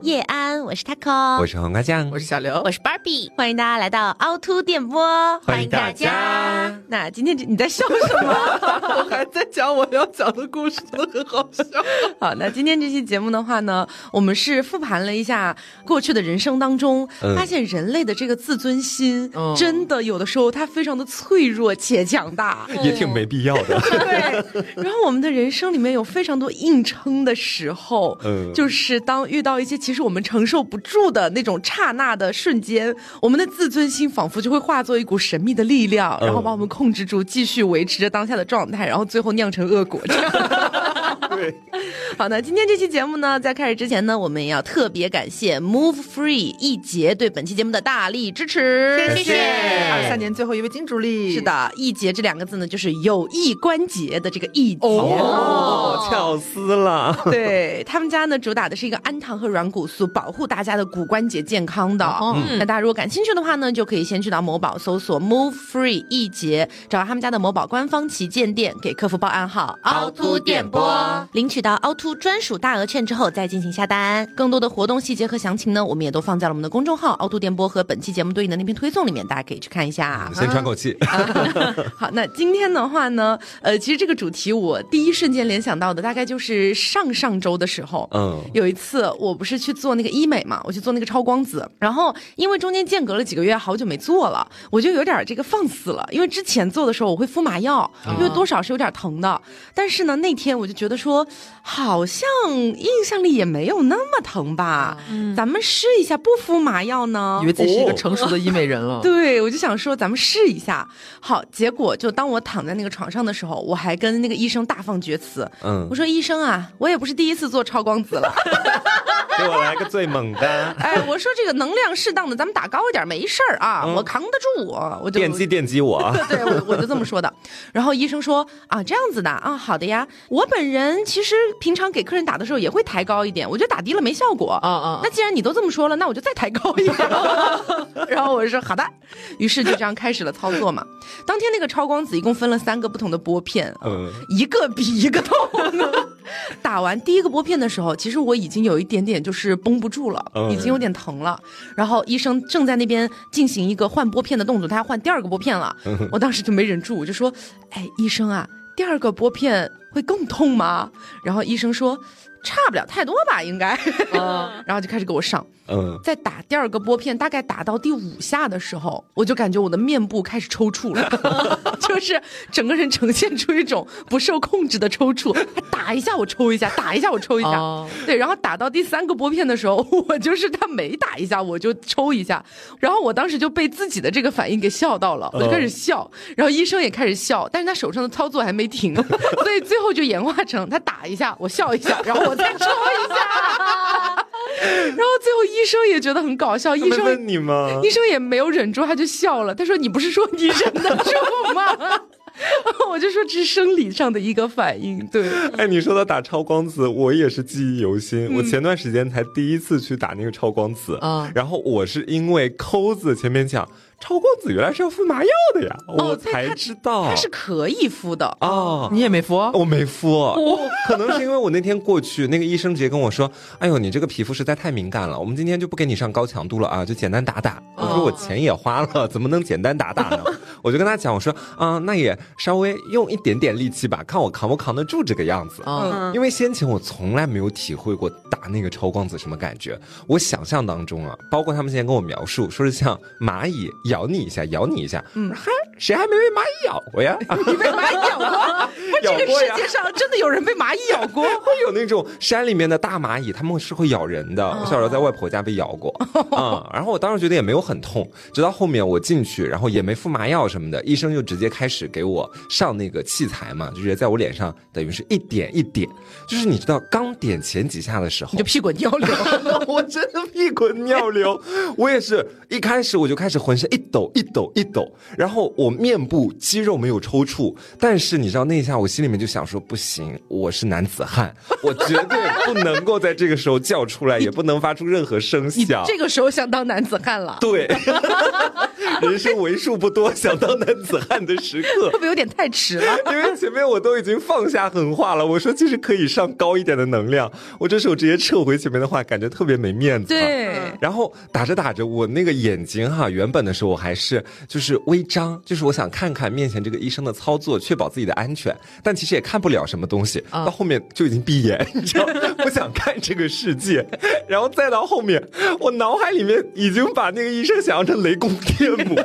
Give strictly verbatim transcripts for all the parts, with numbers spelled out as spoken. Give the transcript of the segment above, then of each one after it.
叶安，我是 Taco， 我是黄瓜酱， 我是小刘， 我是 Barbie， 欢迎大家来到凹凸电波， 欢迎大家。 那今天你在笑什么？ 我还在讲我要讲的故事，真的很好笑。 好，那今天这期节目的话呢，我们是复盘了一下过去的人生当中，嗯、发现人类的这个自尊心、嗯、真的有的时候它非常的脆弱且强大， 也挺没必要的。 对，然后我们的人生里面有非常多硬撑的时候，嗯，就是当遇到一些其实我们承受不住的那种刹那的瞬间，我们的自尊心仿佛就会化作一股神秘的力量，然后把我们控制住，继续维持着当下的状态，然后最后酿成恶果。 对， 好的，今天这期节目呢，在开始之前呢，我们也要特别感谢 Move Free 易捷对本期节目的大力支持， 谢谢。二三年最后一位金主力， 是的，易捷这两个字呢，就是有益关节的这个易捷。 哦，巧思了。 对，他们家呢主打的是一个氨糖和软骨素，保护大家的骨关节健康的。嗯，那大家如果感兴趣的话呢，就可以先去到某宝搜索 Move Free 易捷，找到他们家的某宝官方旗舰店，给客服报暗号凹凸电波，领取到凹凸专属大额券之后再进行下单。更多的活动细节和详情呢，我们也都放在了我们的公众号凹凸电波和本期节目对应的那篇推送里面，大家可以去看一下。 先喘口气。 好，那今天的话呢，呃，其实这个主题我第一瞬间联想到的大概就是上上周的时候，嗯，有一次我不是去做那个医美嘛，我去做那个超光子，然后因为中间间隔了几个月，好久没做了，我就有点这个放肆了，因为之前做的时候我会敷麻药，因为多少是有点疼的，但是呢那天我就觉得说好像印象里也没有那么疼吧，嗯，咱们试一下不敷麻药呢， 以为自己是一个成熟的医美人了。 对，我就想说咱们试一下。好，结果就当我躺在那个床上的时候，我还跟那个医生大放厥词，嗯，我说医生啊，我也不是第一次做超光子了。 给我来个最猛的。 哎，我说这个能量适当的咱们打高一点没事儿啊，嗯，我扛得住。我就电击电击我。 对，我我就这么说的。然后医生说啊，这样子的啊，好的呀。我本人其实平常给客人打的时候也会抬高一点，我觉得打低了没效果。啊啊，那既然你都这么说了，那我就再抬高一点。然后我说好的，于是就这样开始了操作嘛。当天那个超光子一共分了三个不同的拨片，嗯，一个比一个痛。打完第一个拨片的时候，其实我已经有一点点就是绷不住了，已经有点疼了。然后医生正在那边进行一个换拨片的动作，他要换第二个拨片了。我当时就没忍住，我就说：“哎，医生啊，第二个拨片会更痛吗？”然后医生说：“差不了太多吧，应该。”然后就开始给我上。嗯，在打第二个拨片，大概打到第五下的时候，我就感觉我的面部开始抽搐了，就是整个人呈现出一种不受控制的抽搐，打一下我抽一下，打一下我抽一下，哦，对，然后打到第三个拨片的时候，我就是他每打一下我就抽一下，然后我当时就被自己的这个反应给笑到了，我就开始笑，然后医生也开始笑，但是他手上的操作还没停，所以最后就演化成他打一下我笑一下，然后我再抽一下。然后最后医生也觉得很搞笑，医生问你吗？ 医生也没有忍住，他就笑了。他说：“你不是说你忍得住吗？”我就说这是生理上的一个反应。对， 哎，你说到打超光子，我也是记忆犹新。嗯，我前段时间才第一次去打那个超光子，嗯，然后我是因为抠子前面讲超光子原来是要敷麻药的呀，哦，我才知道它是可以敷的哦。你也没敷？ 我没敷，我可能是因为我那天过去，那个医生直接跟我说：“哎呦，你这个皮肤实在太敏感了，我们今天就不给你上高强度了啊，就简单打打。”我说我钱也花了，怎么能简单打打呢？我就跟他讲，我说啊、呃，那也稍微用一点点力气吧，看我扛不扛得住这个样子。嗯，因为先前我从来没有体会过打那个超光子什么感觉，我想象当中啊，包括他们之前跟我描述，说是像蚂蚁咬你一下，咬你一下，嗯，还谁还没被蚂蚁咬过呀？ 你被蚂蚁咬过？不，这个世界上真的有人被蚂蚁咬过？ 会有那种山里面的大蚂蚁，他们是会咬人的。我小时候在外婆家被咬过啊、嗯，然后我当时觉得也没有很痛，直到后面我进去，然后也没敷麻药什么的，医生就直接开始给我上那个器材嘛，就直接在我脸上等于是一点一点，就是你知道刚点前几下的时候， 你就屁滚尿流， 我真的屁滚尿流，我也是一开始我就开始浑身一抖一抖一抖，然后我面部肌肉没有抽搐，但是你知道那一下我心里面就想说不行，我是男子汉，我绝对不能够在这个时候叫出来，也不能发出任何声响。 你这个时候想当男子汉了？ 对。 人生为数不多想当男子汉的时刻， 会不会有点太迟了？ 因为前面我都已经放下狠话了，我说其实可以上高一点的能量，我这手直接撤回前面的话，感觉特别没面子、啊。 对， 然后打着打着，我那个眼睛哈，原本的时候我还是就是微张，就是我想看看面前这个医生的操作，确保自己的安全，但其实也看不了什么东西，到后面就已经闭眼，你知道，不想看这个世界。然后再到后面，我脑海里面已经把那个医生想象成雷公电母。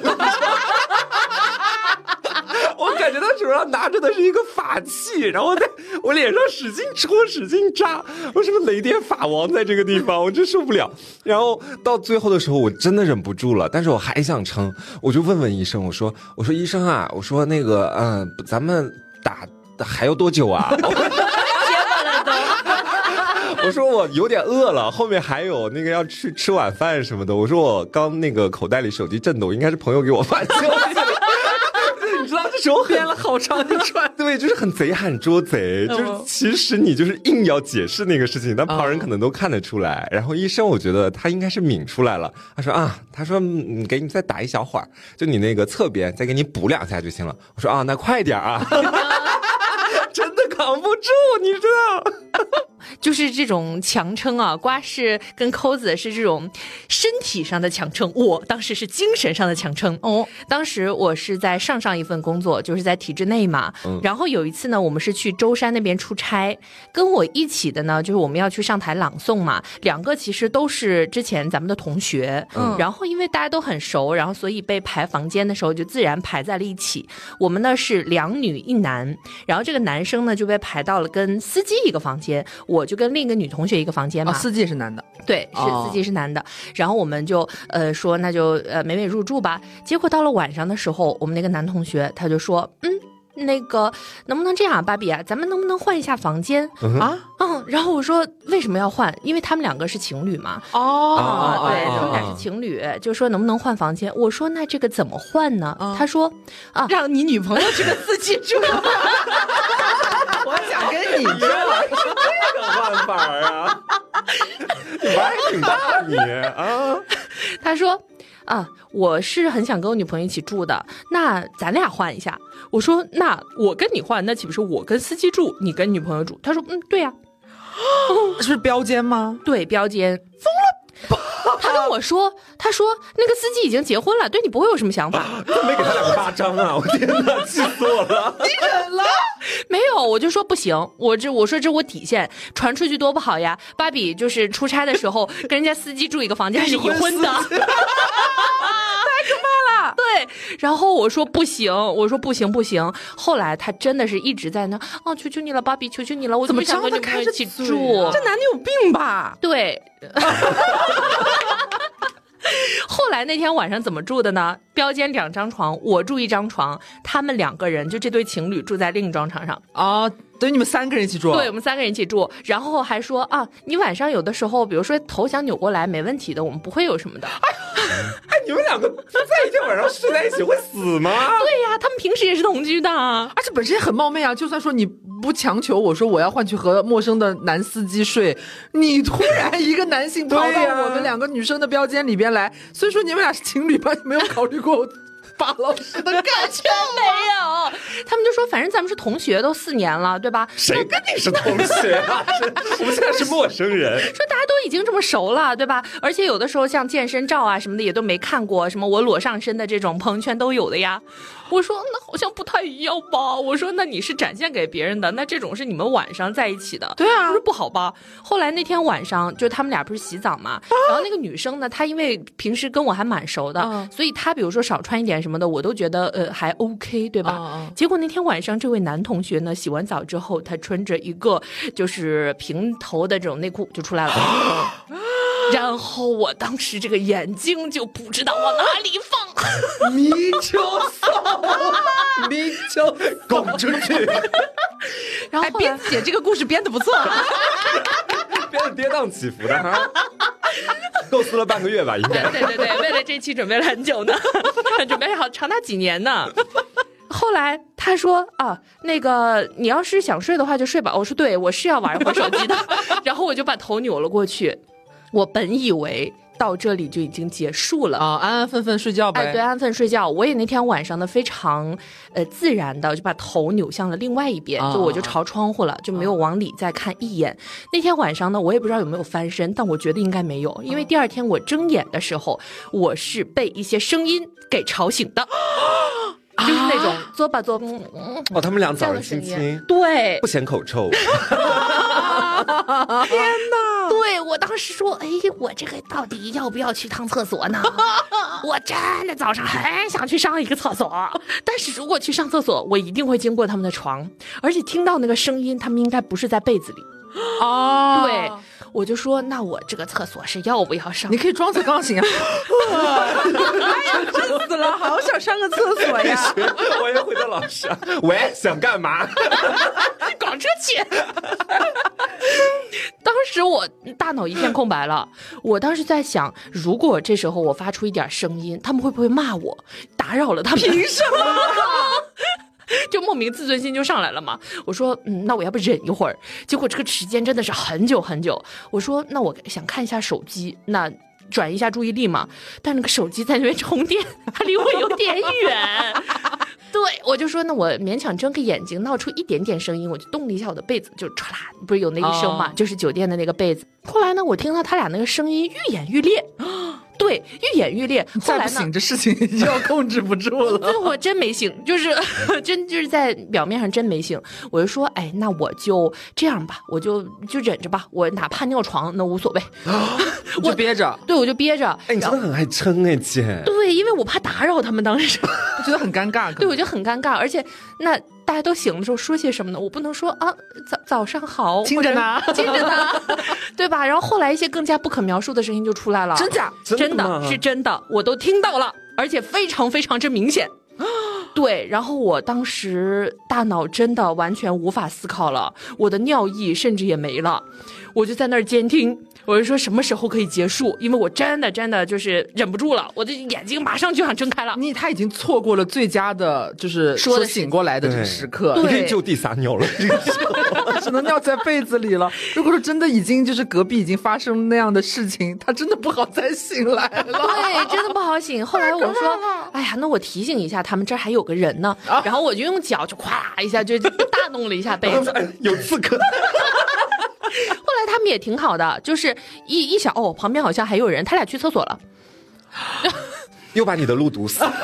我感觉他手上拿着的是一个法器，然后在我脸上使劲戳使劲扎，我是不是雷电法王在这个地方，我真受不了。然后到最后的时候我真的忍不住了，但是我还想撑，我就问问医生，我说我说医生啊，我说那个嗯、呃，咱们打还要多久啊？我说我有点饿了，后面还有那个要去吃晚饭什么的。我说我刚那个口袋里手机震动，应该是朋友给我发消息。你知道这时候编了好长一串， 对，就是很贼喊捉贼，就是其实你就是硬要解释那个事情，但旁人可能都看得出来。然后医生我觉得他应该是抿出来了，他说啊，他说嗯，给你再打一小会儿，就你那个侧边再给你补两下就行了。我说啊，那快点啊。真的扛不住，你知道。 就是这种强撑啊，瓜是跟扣子是这种身体上的强撑，我当时是精神上的强撑哦。当时我是在上上一份工作，就是在体制内嘛、嗯、然后有一次呢，我们是去舟山那边出差，跟我一起的呢，就是我们要去上台朗诵嘛，两个其实都是之前咱们的同学，嗯，然后因为大家都很熟，然后所以被排房间的时候就自然排在了一起。我们呢是两女一男，然后这个男生呢就被排到了跟司机一个房间，我就跟另一个女同学一个房间嘛。 哦，司机是男的， 对，是、哦、司机是男的。然后我们就呃说那就呃美美入住吧。结果到了晚上的时候，我们那个男同学他就说，嗯。那个能不能这样，芭比啊，咱们能不能换一下房间、嗯、啊？嗯，然后我说为什么要换？因为他们两个是情侣嘛。 哦， 啊、对，他们俩是情侣，就说能不能换房间？我说那这个怎么换呢？哦、他说啊， 让你女朋友这个司机住。我想跟你住， 这个办法啊，你玩还挺大你啊。 他说。啊，我是很想跟我女朋友一起住的，那咱俩换一下。我说那我跟你换，那岂不是我跟司机住，你跟女朋友住？他说嗯，对呀、 啊，是标间吗？ 对，标间。疯了！他跟我说，他说那个司机已经结婚了，对你不会有什么想法。 怎么没给他两个巴掌啊！我天哪，气死我了！ 你忍了？ 没有，我就说不行，我这我说这我底线，传出去多不好呀。芭比就是出差的时候跟人家司机住一个房间，还是已婚的。太可怕了，对。然后我说不行，我说不行不行。后来他真的是一直在那，哦，求求你了，芭比，求求你了，我怎么想跟女朋友一起住？ 这男的有病吧？ 对。后来那天晚上怎么住的呢？标间两张床，我住一张床，他们两个人就这对情侣住在另一张床上。 哦，等于你们三个人一起住？ 对，我们三个人一起住。然后还说啊，你晚上有的时候，比如说头想扭过来，没问题的，我们不会有什么的。 哎，你们两个在一天晚上睡在一起会死吗？ 对呀，他们平时也是同居的， 而且本身也很冒昧啊。就算说你不强求我说我要换去和陌生的男司机睡，你突然一个男性跑到我们两个女生的标间里边来，所以说你们俩是情侣吧？你没有考虑过巴老师的感觉？ 没有，他们就说反正咱们是同学，都四年了，对吧？ 谁跟你是同学啊？我们现在是陌生人。 说大家都已经这么熟了，对吧？而且有的时候像健身照啊什么的也都没看过，什么我裸上身的这种朋友圈都有的呀。我说那好像不太一样吧。我说那你是展现给别人的，那这种是你们晚上在一起的。 对啊， 我说不好吧。后来那天晚上就他们俩不是洗澡嘛、啊、然后那个女生呢，她因为平时跟我还蛮熟的、嗯、所以她比如说少穿一点什么的我都觉得呃还 OK 对吧、嗯、结果那天晚上这位男同学呢洗完澡之后，他穿着一个就是平头的这种内裤就出来了然后我当时这个眼睛就不知道往哪里放迷球扫迷球拱出去然后编姐这个故事编得不错编得跌宕起伏的哈构思了半个月吧应该对对对，为了这期准备了很久呢准备好长达几年呢后来他说啊，那个你要是想睡的话就睡吧。我说对，我是要玩一会儿手机的然后我就把头扭了过去。我本以为到这里就已经结束了啊，安安分分睡觉呗。 哎，对，安安分睡觉。我也那天晚上呢，非常呃自然的就把头扭向了另外一边，啊、就我就朝窗户了，就没有往里再看一眼。啊、那天晚上呢，我也不知道有没有翻身，但我觉得应该没有，因为第二天我睁眼的时候，我是被一些声音给吵醒的。就是那种作吧作，嗯哦，他们俩早上亲亲， 对， 不嫌口臭。 天哪！对，我当时说，哎，我这个到底要不要去趟厕所呢？我真的早上很想去上一个厕所，但是如果去上厕所，我一定会经过他们的床，而且听到那个声音，他们应该不是在被子里。 哦， 对。我就说，那我这个厕所是要不要上？ 你可以装作刚醒啊！ 哎呀，真死了，好想上个厕所呀！ 我也回到老师，喂，想干嘛？ 广车去。当时我大脑一片空白了，我当时在想，如果这时候我发出一点声音，他们会不会骂我，打扰了他们？ 凭什么？ 就莫名自尊心就上来了嘛。我说，嗯，那我要不忍一会儿？结果这个时间真的是很久很久。我说，那我想看一下手机，那转移一下注意力嘛。但那个手机在那边充电，它离我有点远。对，我就说，那我勉强睁个眼睛，闹出一点点声音，我就动了一下我的被子，就唰啦，不是有那一声嘛， oh. 就是酒店的那个被子。后来呢，我听到他俩那个声音愈演愈烈。对，愈演愈烈。后来呢， 再不醒，这事情就要控制不住了。 最后我真没醒，就是真就是在表面上真没醒。我就说，哎，那我就这样吧，我就就忍着吧，我哪怕尿床那无所谓， 我就憋着。 对，我就憋着。 哎，你真的很爱撑哎，姐。 对，因为我怕打扰他们，当时我觉得很尴尬。 对，我觉得很尴尬，而且那大家都醒的时候说些什么呢？我不能说啊，早早上好， 亲着呢， 亲着呢，对吧？然后后来一些更加不可描述的声音就出来了， 真假？ 真的是真的，我都听到了，而且非常非常之明显。对，然后我当时大脑真的完全无法思考了，我的尿意甚至也没了，我就在那儿监听。我就说什么时候可以结束，因为我真的真的就是忍不住了，我的眼睛马上就想睁开了。 你他已经错过了最佳的就是说醒过来的这个时刻， 你可以就地撒尿了，这个时候只能尿在被子里了。如果说真的已经就是隔壁已经发生那样的事情，他真的不好再醒来了。 对，真的不好醒。后来我说，哎呀，那我提醒一下他们，这儿还有个人呢。啊、然后我就用脚就咵啦一下就大弄了一下被子， 有刺客。 后来他们也挺好的，就是一一想哦，旁边好像还有人，他俩去厕所了， 又把你的路堵死了。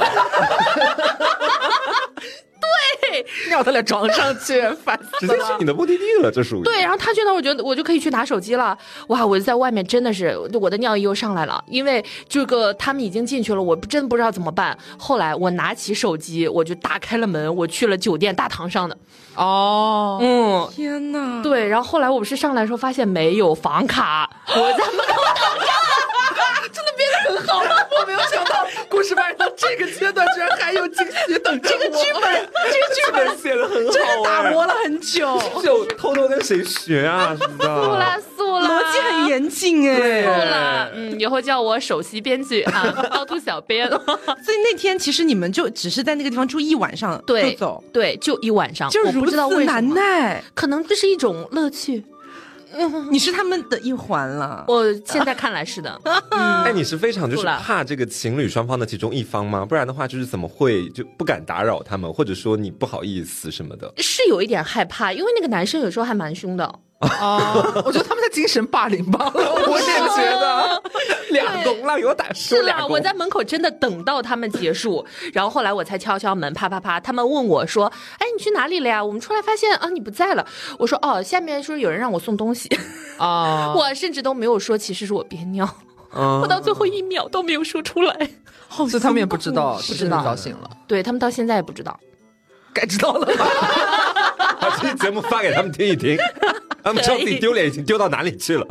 对， 尿他俩床上去，烦死了， 直接去你的目的地了，这属于。 对，然后他去那，我觉得我就可以去拿手机了。哇，我在外面真的是我的尿意又上来了，因为这个他们已经进去了，我真不知道怎么办。后来我拿起手机，我就打开了门，我去了酒店大堂上的。 哦， 嗯， 天哪！ 对，然后后来我不是上来的时候发现没有房卡，我在门口等着。 真的编得很好，我没有想到故事发展到这个阶段，居然还有惊喜等着我。 这个剧本，这个剧本写得很好， 真的打磨了很久。 就偷偷跟谁学啊？是不是？ 素了素了， 逻辑很严谨哎。 素了，嗯，以后叫我首席编剧啊，凹凸小编。所以那天其实你们就只是在那个地方住一晚上， 对， 就走， 对，就一晚上， 就如此难耐， 可能这是一种乐趣。 你是他们的一环了， 我现在看来是的。 嗯、哎，你是非常就是怕这个情侣双方的其中一方吗？不然的话，就是怎么会就不敢打扰他们，或者说你不好意思什么的？ 是有一点害怕，因为那个男生有时候还蛮凶的。 哦，我觉得他们在精神霸凌吧，我也觉得两公了，给我打输两公。 我在门口真的等到他们结束，然后后来我才敲敲门，啪啪啪，他们问我说：“哎，你去哪里了呀？”我们出来发现啊，你不在了。我说：“哦，下面说有人让我送东西。”啊，我甚至都没有说，其实是我憋尿，啊、我到最后一秒都没有说出来， 所以他们也不知道， 不知道早醒了， 对他们到现在也不知道， 该知道了吧？ 把这期节目发给他们听一听。他们知道自己丢脸已经丢到哪里去了。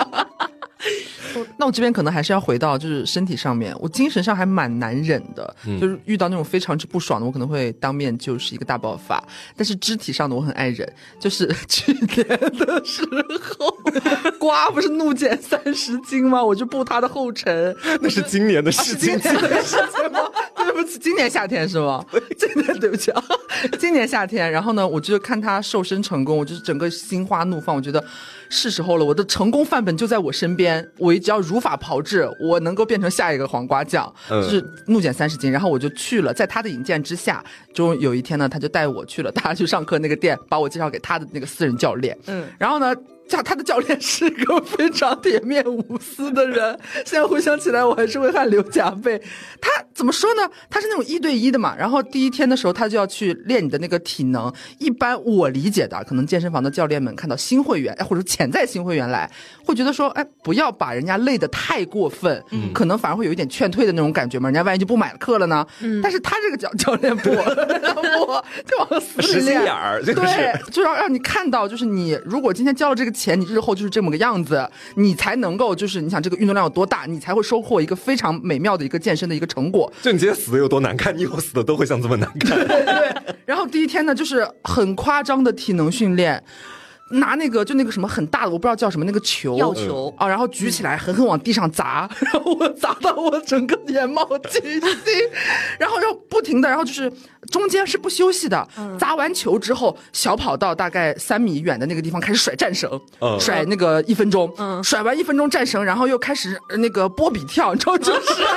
那我这边可能还是要回到就是身体上面，我精神上还蛮难忍的、嗯、就是遇到那种非常之不爽的，我可能会当面就是一个大爆发。但是肢体上的我很爱忍，就是去年的时候瓜不是怒减三十斤吗？我就步他的后尘。 那是今年的事情、啊、 今年的事情吗？对不起，今年夏天是吗？今年对不起啊，今年夏天，然后呢我就看他瘦身成功，我就是整个心花怒放，我觉得是时候了，我的成功范本就在我身边，我只要要如法炮制，我能够变成下一个黄瓜酱，嗯、就是怒减三十斤。然后我就去了，在他的引荐之下，终于有一天呢，他就带我去了他去上课那个店，把我介绍给他的那个私人教练。嗯，然后呢。叫他的教练是个非常铁面无私的人，现在回想起来我还是会汗流浃背。他怎么说呢，他是那种一对一的嘛，然后第一天的时候他就要去练你的那个体能。一般我理解的，可能健身房的教练们看到新会员或者潜在新会员来，会觉得说哎，不要把人家累得太过分，嗯、可能反而会有一点劝退的那种感觉嘛，人家万一就不买课了呢。嗯、但是他这个教教练不不就往死里练， 实心眼儿，这个是对，就要让你看到，就是你如果今天交了这个钱，你日后就是这么个样子，你才能够就是你想这个运动量有多大，你才会收获一个非常美妙的一个健身的一个成果。 就你今天死的有多难看，你以后死的都会像这么难看。 对对。然后第一天呢，就是很夸张的体能训练。拿那个就那个什么很大的我不知道叫什么那个球药球啊，然后举起来狠狠往地上砸，然后我砸到我整个眼冒金星，然后要不停的，然后就是中间是不休息的，嗯、砸完球之后小跑到大概三米远的那个地方开始甩战绳，嗯、甩那个一分钟，嗯、甩完一分钟战绳，然后又开始那个波比跳，你知道就是。铁人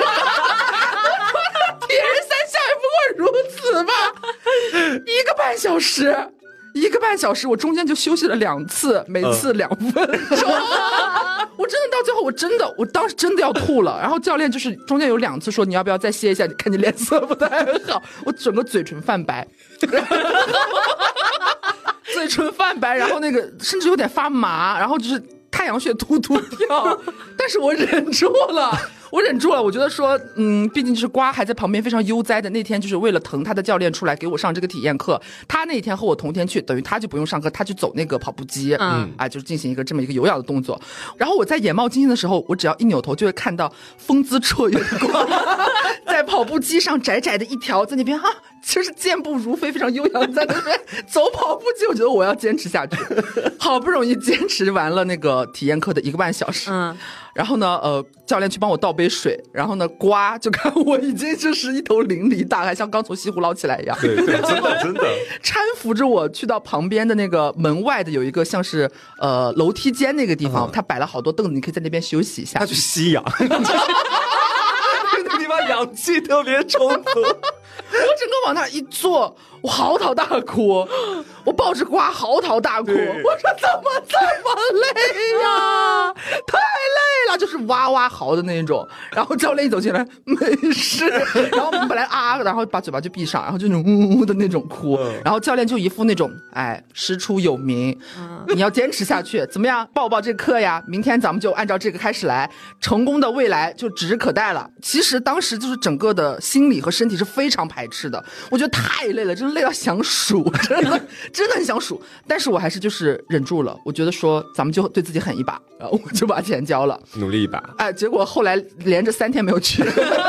三项也不过如此吧，一个半小时。一个半小时，我中间就休息了两次，每次两分钟。呃、我真的到最后，我真的，我当时真的要吐了。然后教练就是中间有两次说你要不要再歇一下，你看你脸色不太好，我整个嘴唇泛白，嘴唇泛白，然后那个甚至有点发麻，然后就是太阳穴突突跳，但是我忍住了。我忍住了，我觉得说，嗯，毕竟就是瓜还在旁边非常悠哉的那天，就是为了疼他的教练出来给我上这个体验课。他那一天和我同天去，等于他就不用上课，他去走那个跑步机，嗯，啊，就是进行一个这么一个有氧的动作。然后我在眼冒金星的时候，我只要一扭头就会看到风姿绰约的瓜在跑步机上窄窄的一条，在那边哈、啊，就是健步如飞，非常悠扬，在那边走跑步机。我觉得我要坚持下去，好不容易坚持完了那个体验课的一个半小时，嗯。然后呢，呃，教练去帮我倒杯水，然后呢，瓜就看我已经就是一头淋漓大汗，像刚从西湖捞起来一样。 对对，真的真的。 搀扶着我去到旁边的那个门外的有一个像是呃楼梯间那个地方，嗯、他摆了好多凳子，你可以在那边休息一下。 他去吸氧，那个地方氧气特别充足。 我整个往那一坐，我嚎啕大哭，我抱着瓜嚎啕大哭。我说怎么这么累呀？太累了，就是哇哇嚎的那种。然后教练一走进来，没事。然后我们本来啊，然后把嘴巴就闭上，然后就那种呜呜的那种哭。然后教练就一副那种，哎，师出有名，你要坚持下去，怎么样？报报这课呀，明天咱们就按照这个开始来，成功的未来就指日可待了。其实当时就是整个的心理和身体是非常排斥的，我觉得太累了，真的累到想数，真的真的很想数，但是我还是就是忍住了。我觉得说咱们就对自己狠一把，然后我就把钱交了， 努力一把。 哎，结果后来连着三天没有去。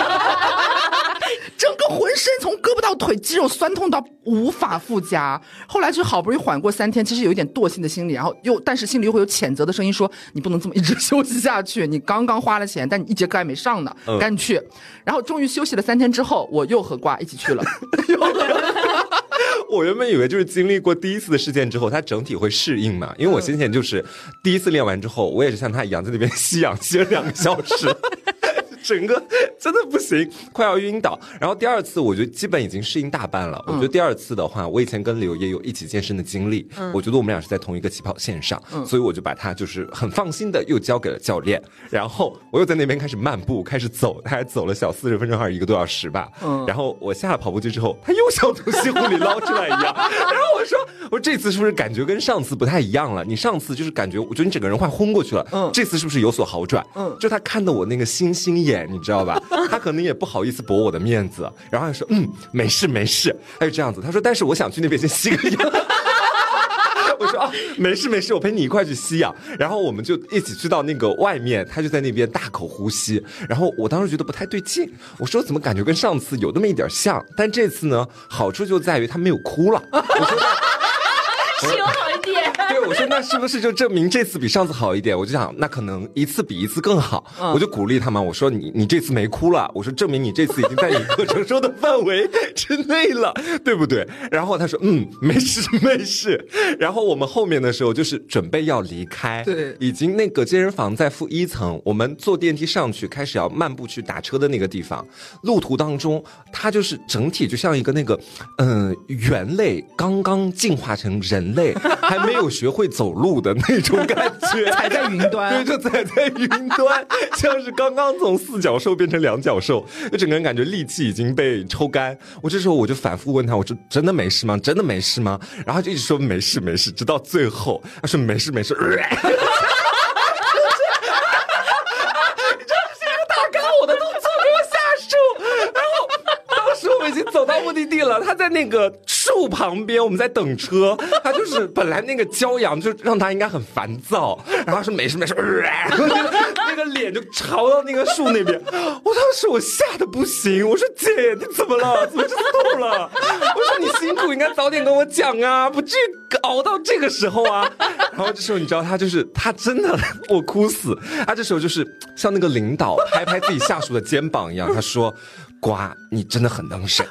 整个浑身从胳膊到腿肌肉酸痛到无法复加，后来就好不容易缓过三天，其实有一点惰性的心理，然后又但是心里又会有谴责的声音说你不能这么一直休息下去，你刚刚花了钱，但你一节课还没上呢，嗯、赶紧去。然后终于休息了三天之后，我又和瓜一起去了。 我原本以为就是经历过第一次的事件之后，他整体会适应嘛，因为我先前就是第一次练完之后，我也是像他一样在那边吸氧吸了两个小时。整个真的不行，快要晕倒。然后第二次我觉得基本已经适应大半了。嗯、我觉得第二次的话，我以前跟柳也有一起健身的经历，嗯、我觉得我们俩是在同一个起跑线上，嗯、所以我就把他就是很放心的又交给了教练。然后我又在那边开始漫步，开始走，他还走了小四十分钟还是一个多小时吧。嗯、然后我下了跑步机之后，他又像从西湖里捞出来一样。然后我说，我说这次是不是感觉跟上次不太一样了？你上次就是感觉，我觉得你整个人快昏过去了。嗯、这次是不是有所好转？嗯，就他看到我那个星星眼。你知道吧？他可能也不好意思驳我的面子，然后他说：“嗯，没事没事。”他就这样子，他说：“但是我想去那边先吸个氧。”我说：“啊，没事没事，我陪你一块去吸氧。”然后我们就一起去到那个外面，他就在那边大口呼吸。然后我当时觉得不太对劲，我说：“怎么感觉跟上次有那么一点像？”但这次呢，好处就在于他没有哭了。我说。 是有好一点， 对，我说那是不是就证明这次比上次好一点？我就想，那可能一次比一次更好。嗯、我就鼓励他们，我说你你这次没哭了，我说证明你这次已经在你可承受的范围之内了，对不对？然后他说嗯，没事没事。然后我们后面的时候就是准备要离开， 对， 已经那个健身房在负一层，我们坐电梯上去，开始要漫步去打车的那个地方。路途当中，它就是整体就像一个那个嗯、呃、猿类刚刚进化成人类，还没有学会走路的那种感觉， 踩在云端， 对，就踩在云端，像是刚刚从四脚兽变成两脚兽，就整个人感觉力气已经被抽干。我这时候我就反复问他，我说真的没事吗？真的没事吗？然后就一直说没事没事，直到最后他说没事没事。呃已经走到目的地了，他在那个树旁边，我们在等车。他就是本来那个骄阳就让他应该很烦躁，然后他说没事没事，呃、那个脸就朝到那个树那边。我当时我吓得不行，我说姐你怎么了？怎么这么痛了？我说你辛苦应该早点跟我讲啊，不至于熬到这个时候啊。然后这时候你知道他就是他真的我哭死，他这时候就是像那个领导拍拍自己下属的肩膀一样，他说瓜你真的很能省。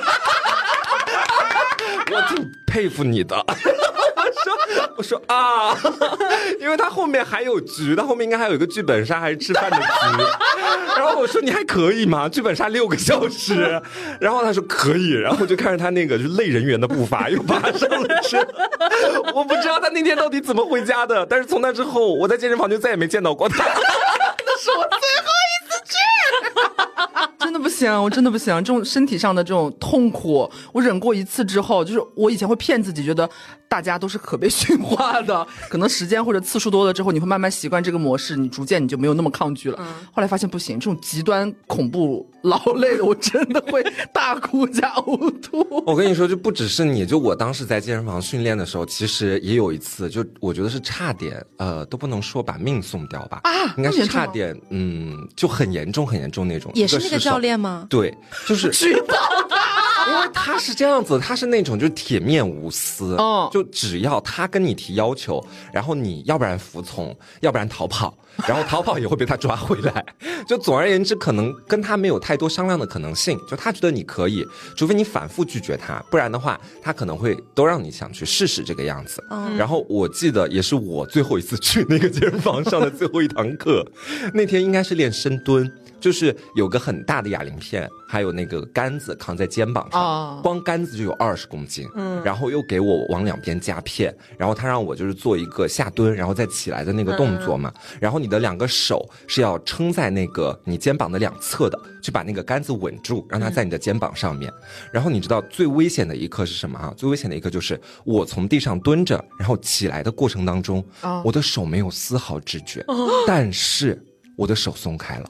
我挺佩服你的。我说我说啊，因为他后面还有局，他后面应该还有一个剧本杀还是吃饭的局。然后我说你还可以吗？剧本杀六个小时。然后他说可以，然后我就看着他那个就是类人猿的步伐又爬上了车。我不知道他那天到底怎么回家的，但是从那之后我在健身房就再也没见到过他。 那是我最后一次去。真的不行，我真的不行，这种身体上的这种痛苦我忍过一次之后，就是我以前会骗自己觉得大家都是可被驯化的，可能时间或者次数多了之后你会慢慢习惯这个模式，你逐渐你就没有那么抗拒了、嗯、后来发现不行，这种极端恐怖劳累的我真的会大哭加呕吐。 我跟你说就不只是你，就我当时在健身房训练的时候其实也有一次，就我觉得是差点呃都不能说把命送掉吧，啊，应该是差点嗯就很严重很严重那种。 也是那个教练吗？ 对，就是举报他， 因为他是这样子，他是那种就是铁面无私，哦，就只要他跟你提要求，然后你要不然服从，要不然逃跑，然后逃跑也会被他抓回来。就总而言之，可能跟他没有太多商量的可能性，就他觉得你可以，除非你反复拒绝他，不然的话，他可能会都让你想去试试这个样子。嗯、然后我记得也是我最后一次去那个健身房上的最后一堂课，那天应该是练深蹲。就是有个很大的哑铃片，还有那个杆子扛在肩膀上，哦、光杆子就有二十公斤，嗯，然后又给我往两边夹片，然后他让我就是做一个下蹲，然后再起来的那个动作嘛，嗯、然后你的两个手是要撑在那个你肩膀的两侧的，去把那个杆子稳住，让它在你的肩膀上面。嗯、然后你知道最危险的一刻是什么啊？最危险的一刻就是我从地上蹲着，然后起来的过程当中，哦、我的手没有丝毫知觉，哦、但是我的手松开了。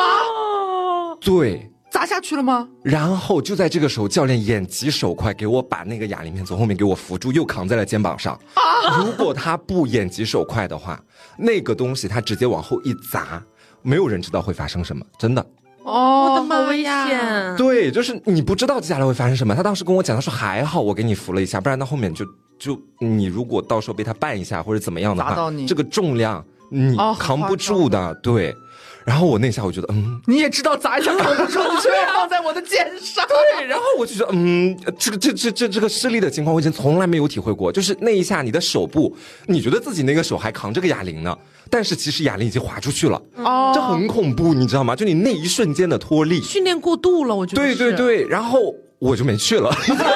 对， 砸下去了吗？ 然后就在这个时候，教练眼疾手快，给我把那个哑铃片从后面给我扶住，又扛在了肩膀上。啊、如果他不眼疾手快的话，那个东西他直接往后一砸，没有人知道会发生什么，真的。 哦，我的妈呀！ 对，就是你不知道接下来会发生什么。他当时跟我讲，他说还好我给你扶了一下，不然到后面就就你如果到时候被他绊一下或者怎么样的话，这个重量你扛不住的。哦、对。然后我那下我觉得嗯， 你也知道砸一下扛不住，你却要放在我的肩上。 对，然后我就觉得嗯，这个这这这这个施力的情况我以前从来没有体会过，就是那一下你的手部，你觉得自己那个手还扛着个哑铃呢，但是其实哑铃已经滑出去了，哦，这很恐怖，你知道吗？就你那一瞬间的脱力， 训练过度了，我觉得。 对对对，然后我就没去了。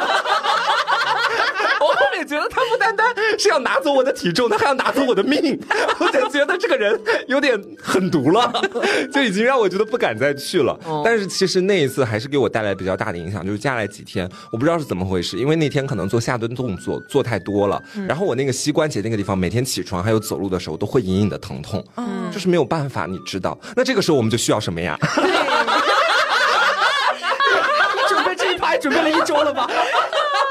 觉得他不单单是要拿走我的体重，他还要拿走我的命，我就觉得这个人有点狠毒了，就已经让我觉得不敢再去了。哦、但是其实那一次还是给我带来比较大的影响，就是接下来几天我不知道是怎么回事，因为那天可能做下蹲动作做太多了，嗯、然后我那个膝关节那个地方每天起床还有走路的时候都会隐隐的疼痛，嗯、就是没有办法，你知道。那这个时候我们就需要什么呀？ 准备这一排准备了一周了吧？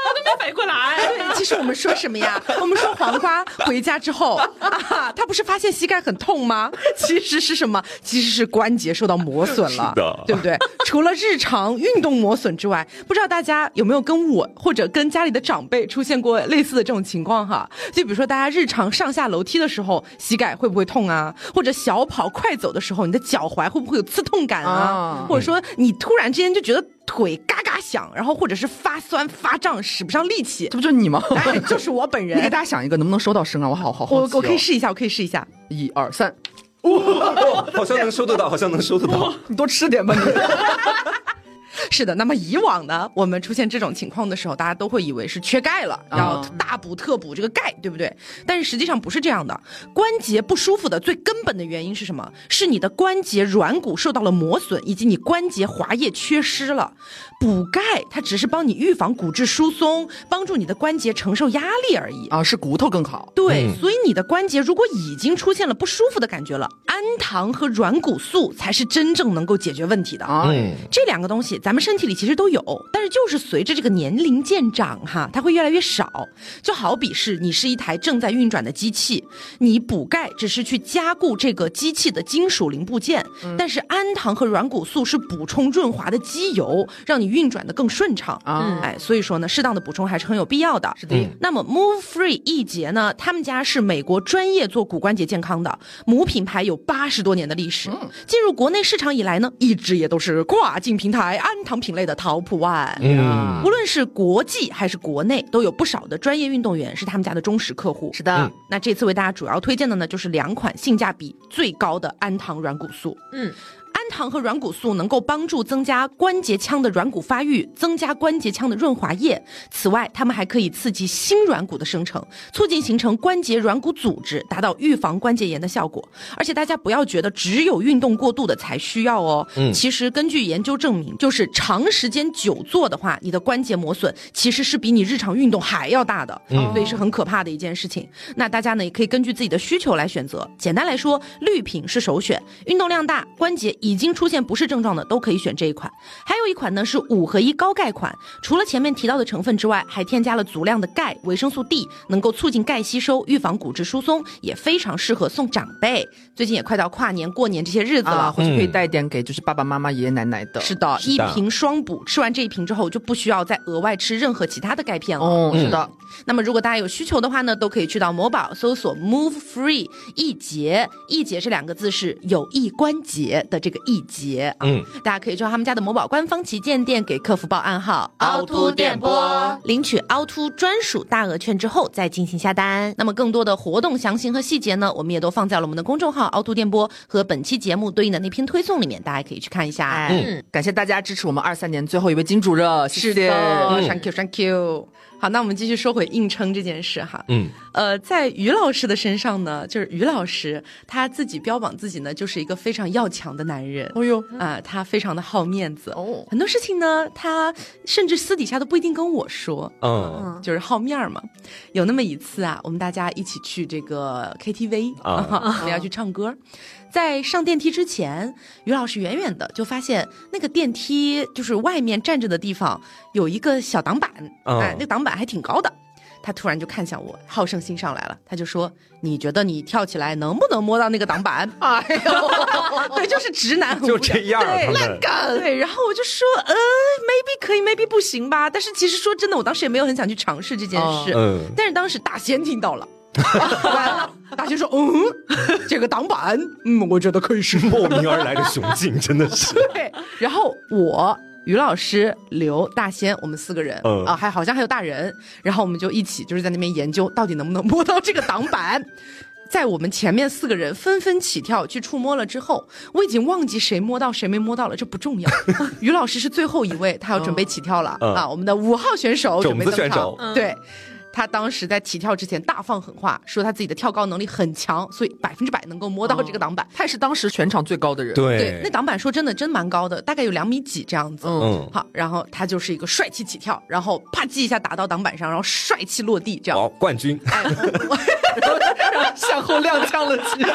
拍过来。 对，其实我们说什么呀？我们说黄瓜回家之后啊，他不是发现膝盖很痛吗？其实是什么？其实是关节受到磨损了，对不对？除了日常运动磨损之外，不知道大家有没有跟我或者跟家里的长辈出现过类似的这种情况哈？就比如说大家日常上下楼梯的时候，膝盖会不会痛啊？或者小跑快走的时候，你的脚踝会不会有刺痛感啊？啊或者说你突然之间就觉得腿嘎嘎响，然后或者是发酸发胀，使不上力气， 这不就是你吗？ 哎，就是我本人。 你给大家想一个，能不能收到声啊？我好好好奇、哦、 我我可以试一下，我可以试一下， 一二三， 哇，好像能收得到，好像能收得到。 你多吃点吧你。 是的，那么以往呢，我们出现这种情况的时候，大家都会以为是缺钙了，要大补特补这个钙，对不对？但是实际上不是这样的。关节不舒服的最根本的原因是什么？是你的关节软骨受到了磨损，以及你关节滑液缺失了。补钙它只是帮你预防骨质疏松，帮助你的关节承受压力而已啊，是骨头更好。 对、嗯，所以你的关节如果已经出现了不舒服的感觉了，氨糖和软骨素才是真正能够解决问题的啊。嗯，这两个东西咱们身体里其实都有，但是就是随着这个年龄渐长哈，它会越来越少。就好比是你是一台正在运转的机器，你补钙只是去加固这个机器的金属零部件，嗯、但是氨糖和软骨素是补充润滑的机油，让你运转的更顺畅啊。哎，所以说呢，适当的补充还是很有必要的。 是的。嗯、 那么 Move Free 一节呢，他们家是美国专业做骨关节健康的母品牌，有八十多年的历史。嗯、进入国内市场以来呢，一直也都是跨境平台氨糖品类的 Top One。嗯，无论是国际还是国内，都有不少的专业运动员是他们家的忠实客户。 是的。嗯、 那这次为大家主要推荐的呢，就是两款性价比最高的氨糖软骨素。嗯。氨糖和软骨素能够帮助增加关节腔的软骨发育，增加关节腔的润滑液。此外，它们还可以刺激新软骨的生成，促进形成关节软骨组织，达到预防关节炎的效果。而且大家不要觉得只有运动过度的才需要哦。嗯，其实根据研究证明，就是长时间久坐的话，你的关节磨损其实是比你日常运动还要大的，嗯、所以是很可怕的一件事情。那大家呢也可以根据自己的需求来选择。简单来说，绿品是首选，运动量大，关节已经出现不适症状的都可以选这一款。还有一款呢是五合一高钙款，除了前面提到的成分之外，还添加了足量的钙、维生素 D， 能够促进钙吸收，预防骨质疏松，也非常适合送长辈。最近也快到跨年过年这些日子了， 啊、回去可以带点给就是爸爸妈妈爷爷奶奶的。 是的，一瓶双补，吃完这一瓶之后就不需要再额外吃任何其他的钙片了。 哦，是的。 嗯、那么如果大家有需求的话呢，都可以去到某宝搜索 Move Free 一节，一节这两个字是有益关节的这个一节。嗯，大家可以去他们家的某宝官方旗舰店，给客服报暗号凹凸电波， 领取凹凸专属大额券之后再进行下单。那么更多的活动详情和细节呢，我们也都放在了我们的公众号凹凸电波和本期节目对应的那篇推送里面，大家可以去看一下。 嗯，感谢大家支持我们二三年最后一位金主热，谢谢。 是的、嗯、，Thank you, Thank you。好，那我们继续说回硬撑这件事哈。嗯，呃，在于老师的身上呢，就是于老师他自己标榜自己呢，就是一个非常要强的男人。 哦呦， 啊、呃，他非常的好面子哦，很多事情呢，他甚至私底下都不一定跟我说。嗯，嗯就是好面嘛。有那么一次啊，我们大家一起去这个 K T V 啊，我们要去唱歌。在上电梯之前，于老师远远的就发现那个电梯就是外面站着的地方有一个小挡板，嗯、哎，那挡板还挺高的。他突然就看向我，好胜心上来了，他就说：“你觉得你跳起来能不能摸到那个挡板？”哎呦，对，就是直男， 就这样， 对，烂梗。对，然后我就说：“呃 ，maybe 可以 ，maybe 不行吧。”但是其实说真的，我当时也没有很想去尝试这件事。嗯，但是当时大仙听到了。大仙说：“嗯，这个挡板，嗯，我觉得可以试。” 莫名而来的雄劲，真的是。 对，然后我。于老师、刘、大仙，我们四个人，嗯、啊，还好像还有大人，然后我们就一起就是在那边研究，到底能不能摸到这个挡板。在我们前面四个人纷纷起跳去触摸了之后，我已经忘记谁摸到谁没摸到了，这不重要。于老师是最后一位，他要准备起跳了、嗯、啊，我们的五号选手准备登场， 种子选手， 对。他当时在起跳之前大放狠话，说他自己的跳高能力很强，所以百分之百能够摸到这个挡板。 他也是当时全场最高的人。 对， 对，那挡板说真的真蛮高的，大概有两米几这样子。嗯，好，然后他就是一个帅气起跳，然后啪叽一下打到挡板上，然后帅气落地，这样。 哦，冠军。哎， 然后向后踉跄了几下。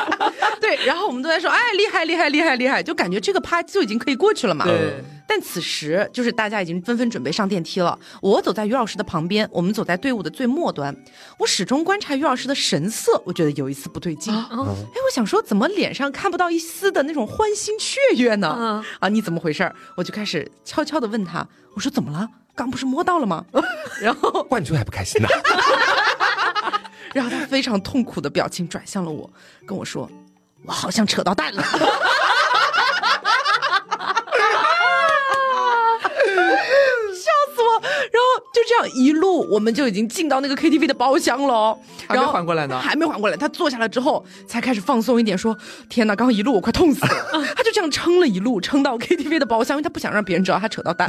对，然后我们都在说，哎，厉害厉害厉害厉害，就感觉这个趴就已经可以过去了嘛。 对。 但此时就是大家已经纷纷准备上电梯了，我走在于老师的旁边，我们走在队伍的最末端。我始终观察于老师的神色，我觉得有一丝不对劲。哎、啊，我想说怎么脸上看不到一丝的那种欢欣雀跃呢？啊, 啊，你怎么回事？我就开始悄悄地问他，我说怎么了？刚不是摸到了吗？然后冠军还不开心呢。 然后他非常痛苦的表情转向了我，跟我说，我好像扯到蛋了。然后就这样一路，我们就已经进到那个 K T V 的包厢了， 还没缓过来呢， 还没缓过来。他坐下来之后，才开始放松一点，说：“天哪，刚刚一路我快痛死了。”他就这样撑了一路，撑到 K T V 的包厢，因为他不想让别人知道他扯到蛋。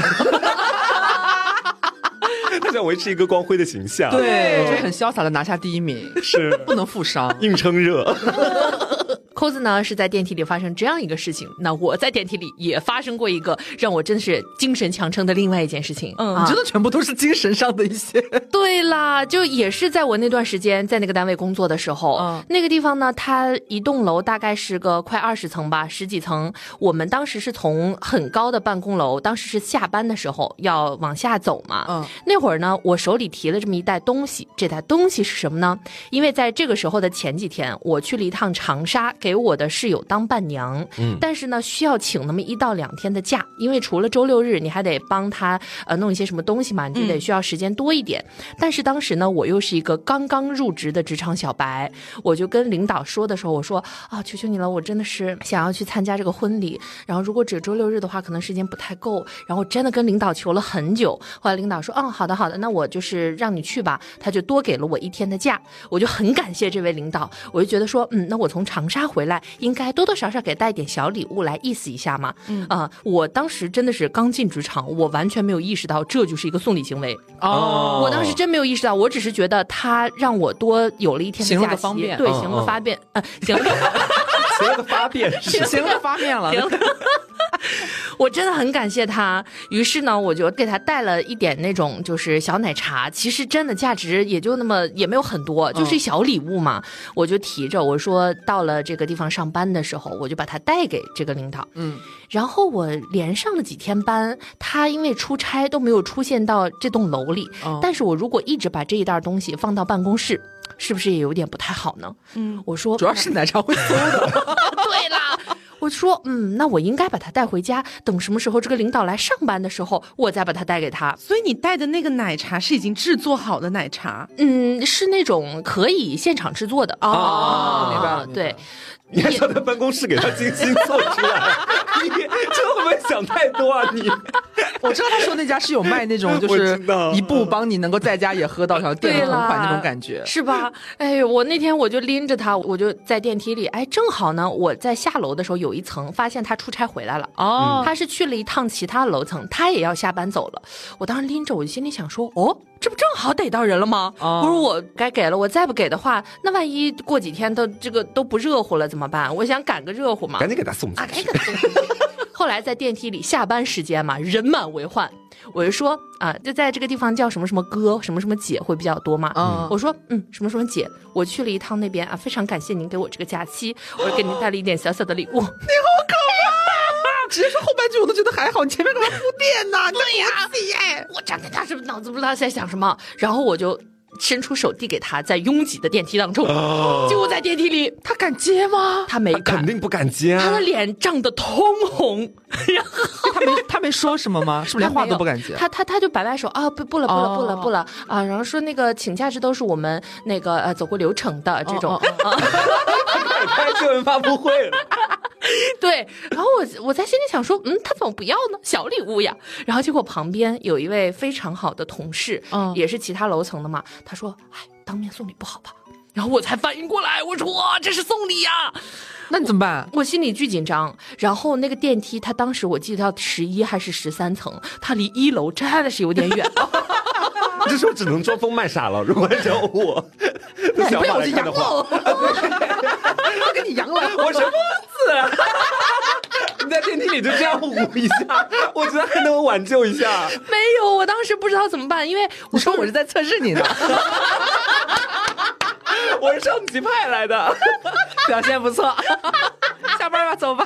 他想维持一个光辉的形象， 对，就很潇洒的拿下第一名， 是不能负伤， 硬撑热。 扣子呢是在电梯里发生这样一个事情，那我在电梯里也发生过一个让我真的是精神强撑的另外一件事情。 嗯，啊、你真的全部都是精神上的一些。 对啦，就也是在我那段时间在那个单位工作的时候，嗯、那个地方呢，它一栋楼大概是个快二十层吧，十几层。我们当时是从很高的办公楼，当时是下班的时候要往下走嘛。嗯，那会儿呢，我手里提了这么一袋东西，这袋东西是什么呢？因为在这个时候的前几天，我去了一趟长沙，给我的室友当伴娘，嗯，但是呢需要请那么一到两天的假，因为除了周六日你还得帮他呃弄一些什么东西嘛，你就得需要时间多一点、嗯、但是当时呢我又是一个刚刚入职的职场小白，我就跟领导说的时候，我说啊求求你了，我真的是想要去参加这个婚礼，然后如果只有周六日的话可能时间不太够，然后真的跟领导求了很久，后来领导说嗯好的好的，那我就是让你去吧，他就多给了我一天的假，我就很感谢这位领导，我就觉得说嗯那我从长沙回来应该多多少少给带点小礼物来意思一下嘛。嗯啊、呃，我当时真的是刚进职场，我完全没有意识到这就是一个送礼行为哦。我当时真没有意识到，我只是觉得他让我多有了一天的假期， 行了个方便， 对，行了个发便，呃，行了个行了个发便， 行了个发便了。 我真的很感谢他，于是呢，我就给他带了一点那种就是小奶茶，其实真的价值也就那么也没有很多，就是小礼物嘛。嗯、我就提着，我说到了这个地方上班的时候，我就把它带给这个领导。嗯，然后我连上了几天班，他因为出差都没有出现到这栋楼里，哦、但是我如果一直把这一袋东西放到办公室，是不是也有点不太好呢？嗯，我说主要是奶茶会馊的。 对啦。我说，嗯，那我应该把它带回家，等什么时候这个领导来上班的时候，我再把它带给他。 所以你带的那个奶茶是已经制作好的奶茶？ 嗯，是那种可以现场制作的。 哦，明白了。 对。 你还想在办公室给他精心做出来？你这会不会想太多啊？你， 我知道他说那家是有卖那种，就是一步帮你能够在家也喝到小电子同款那种感觉， 是吧？哎，我那天我就拎着他，我就在电梯里，哎，正好呢，我在下楼的时候有一层发现他出差回来了，哦，他是去了一趟其他楼层，他也要下班走了。我当时拎着，我心里想说，哦。这不正好逮到人了吗？我说我该给了，我再不给的话，那万一过几天都这个都不热乎了怎么办？我想赶个热乎嘛， 赶紧给他送啊，赶紧给他送。后来在电梯里下班时间嘛，人满为患，我就说啊，就在这个地方叫什么什么哥，什么什么姐会比较多嘛。嗯，我说嗯，什么什么姐，我去了一趟那边啊，非常感谢您给我这个假期，我给您带了一点小小的礼物。你好可怕！直接说后半句我都觉得还好，你前面干嘛铺垫呢？ 对呀，我站在他是不是脑子不知道在想什么，然后我就伸出手递给他，在拥挤的电梯当中，哦、结果在电梯里， 他敢接吗？ 他没敢， 他肯定不敢接啊！ 他的脸涨得通红，然后他没他没说什么吗？是不是连话都不敢接？ 他他他就摆摆手啊，不不了不了不了不了啊，然后说那个请假这都是我们那个呃走过流程的这种。哦哦哦开新闻发布会了。 对，然后我我在心里想说，嗯，他怎么不要呢？小礼物呀。然后结果旁边有一位非常好的同事，嗯，也是其他楼层的嘛，他说，哎，当面送礼不好吧？然后我才反应过来，我说哇，这是送礼呀！ 那你怎么办？ 我, 我心里巨紧张。然后那个电梯，它当时我记得要十一还是十三层，它离一楼真的是有点远。 这时候只能装疯卖傻了。如果按照我的想法来看的话， 我给你扬了， 我什么字？你在电梯里就这样捂一下，我觉得还能挽救一下。 没有，我当时不知道怎么办，因为我说我是在测试你的。 我是上级派来的。 表现不错。下班吧，走吧。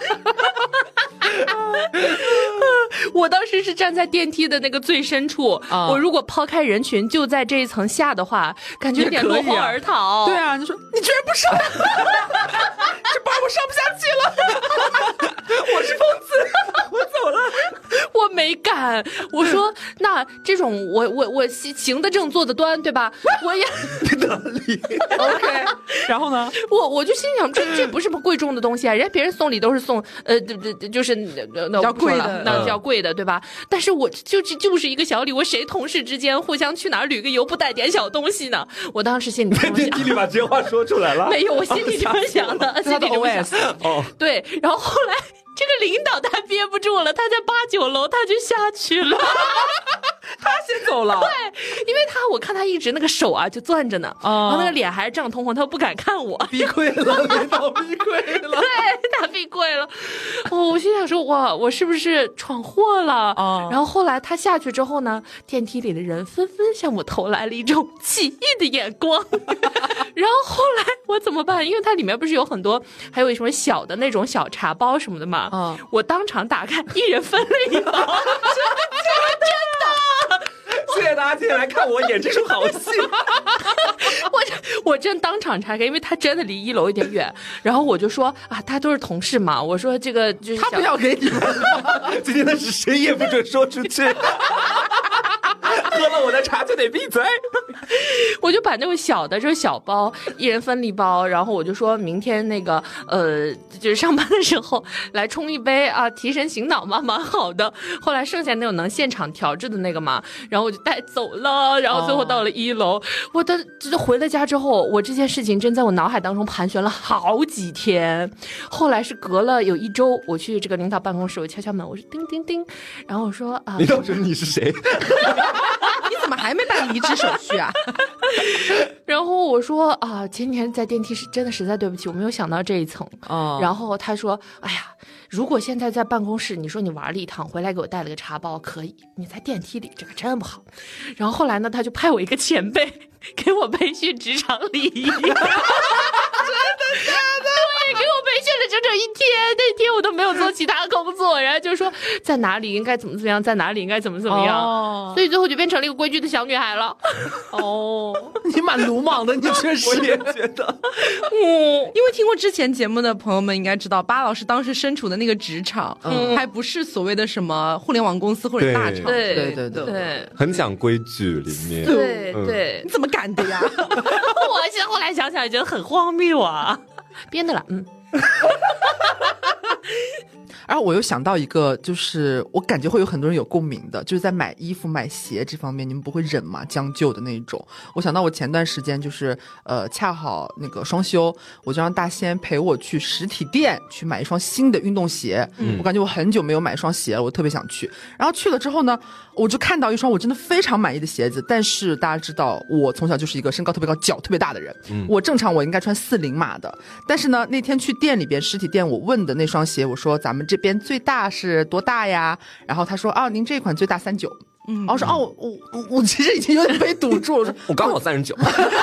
我当时是站在电梯的那个最深处，啊、我如果抛开人群就在这一层下的话，感觉有点落荒而逃。 啊对啊，你说你居然不上，这班我上不下去了，我是疯子，我走了。 我没敢，我说那这种我我我行得正坐得端，对吧？我也哪里 OK， 然后呢？ 我我就心想，这这不是什么贵重的东西啊，人家别人送礼都是送呃，对对，就是那比较贵的， 那比较贵的，对吧？但是我就就是一个小礼，我谁同事之间互相去哪儿旅个游不带点小东西呢？我当时心里在电梯里把这话说出来了， 没有，我心里这么想的，心里这么想。 哦， 对，然后后来。这个领导他憋不住了，他在八九楼他就下去了， 他先走了。 对，因为他我看他一直那个手啊就攥着呢，哦、然后那个脸还是涨通红，他不敢看我， 逼溃了，领导逼溃了， 对他逼溃了。哦，我心想说哇，我是不是闯祸了？哦、然后后来他下去之后呢，电梯里的人纷纷向我投来了一种奇异的眼光。然后后来我怎么办？因为它里面不是有很多，还有什么小的那种小茶包什么的嘛。嗯，我当场打开，一人分了一包，真的真的。 谢谢大家今天来看我演这出好戏。 我我真当场拆开，因为他真的离一楼有点远。然后我就说啊，他都是同事嘛，我说这个就是他不要给你们， 今天的事谁也不准说出去。喝了我的茶就得闭嘴。 我就把那种小的，就是小包，一人分了一包，然后我就说明天那个呃，就是上班的时候来冲一杯啊，提神醒脑嘛，蛮好的。后来剩下那种能现场调制的那个嘛，然后我就带走了。然后最后到了一楼，哦、我的就回了家之后，我这件事情真在我脑海当中盘旋了好几天。后来是隔了有一周，我去这个领导办公室，我敲敲门，我说叮叮叮，然后我说啊， 领导说你是谁？ 你怎么还没办离职手续啊？ 然后我说啊，前几天在电梯是真的实在对不起，我没有想到这一层。哦、然后他说，哎呀，如果现在在办公室，你说你玩了一趟，回来给我带了个茶包，可以。你在电梯里这个真不好。然后后来呢，他就派我一个前辈给我培训职场礼仪。真的假的？对，给我培训了整整一天，那天我都没有做其他工作，然后就说在哪里应该怎么怎么样，在哪里应该怎么怎么样，哦、所以最后就变成了一个规矩的小女孩了。 哦，你蛮鲁莽的，你确实。 我也觉得， 嗯，因为听过之前节目的朋友们应该知道，巴老师当时身处的那个职场，嗯，还不是所谓的什么互联网公司或者大厂， 对对对对对， 很讲规矩里面， 对对， 你怎么敢的呀？ 我现在后来想想也觉得很荒谬啊。编的了，嗯。 然后我又想到一个，就是我感觉会有很多人有共鸣的，就是在买衣服买鞋这方面，你们不会忍吗？将就的那种。我想到我前段时间就是呃恰好那个双休，我就让大仙陪我去实体店去买一双新的运动鞋。嗯，我感觉我很久没有买一双鞋了，我特别想去。然后去了之后呢，我就看到一双我真的非常满意的鞋子，但是大家知道我从小就是一个身高特别高脚特别大的人，嗯，我正常我应该穿四零码的，但是呢那天去店里边实体店，我问的那双鞋，我说咱们这边最大是多大呀？然后他说啊，您这款最大三九。嗯，然后我说哦，我我我其实已经有点被堵住了， 我刚好三十九，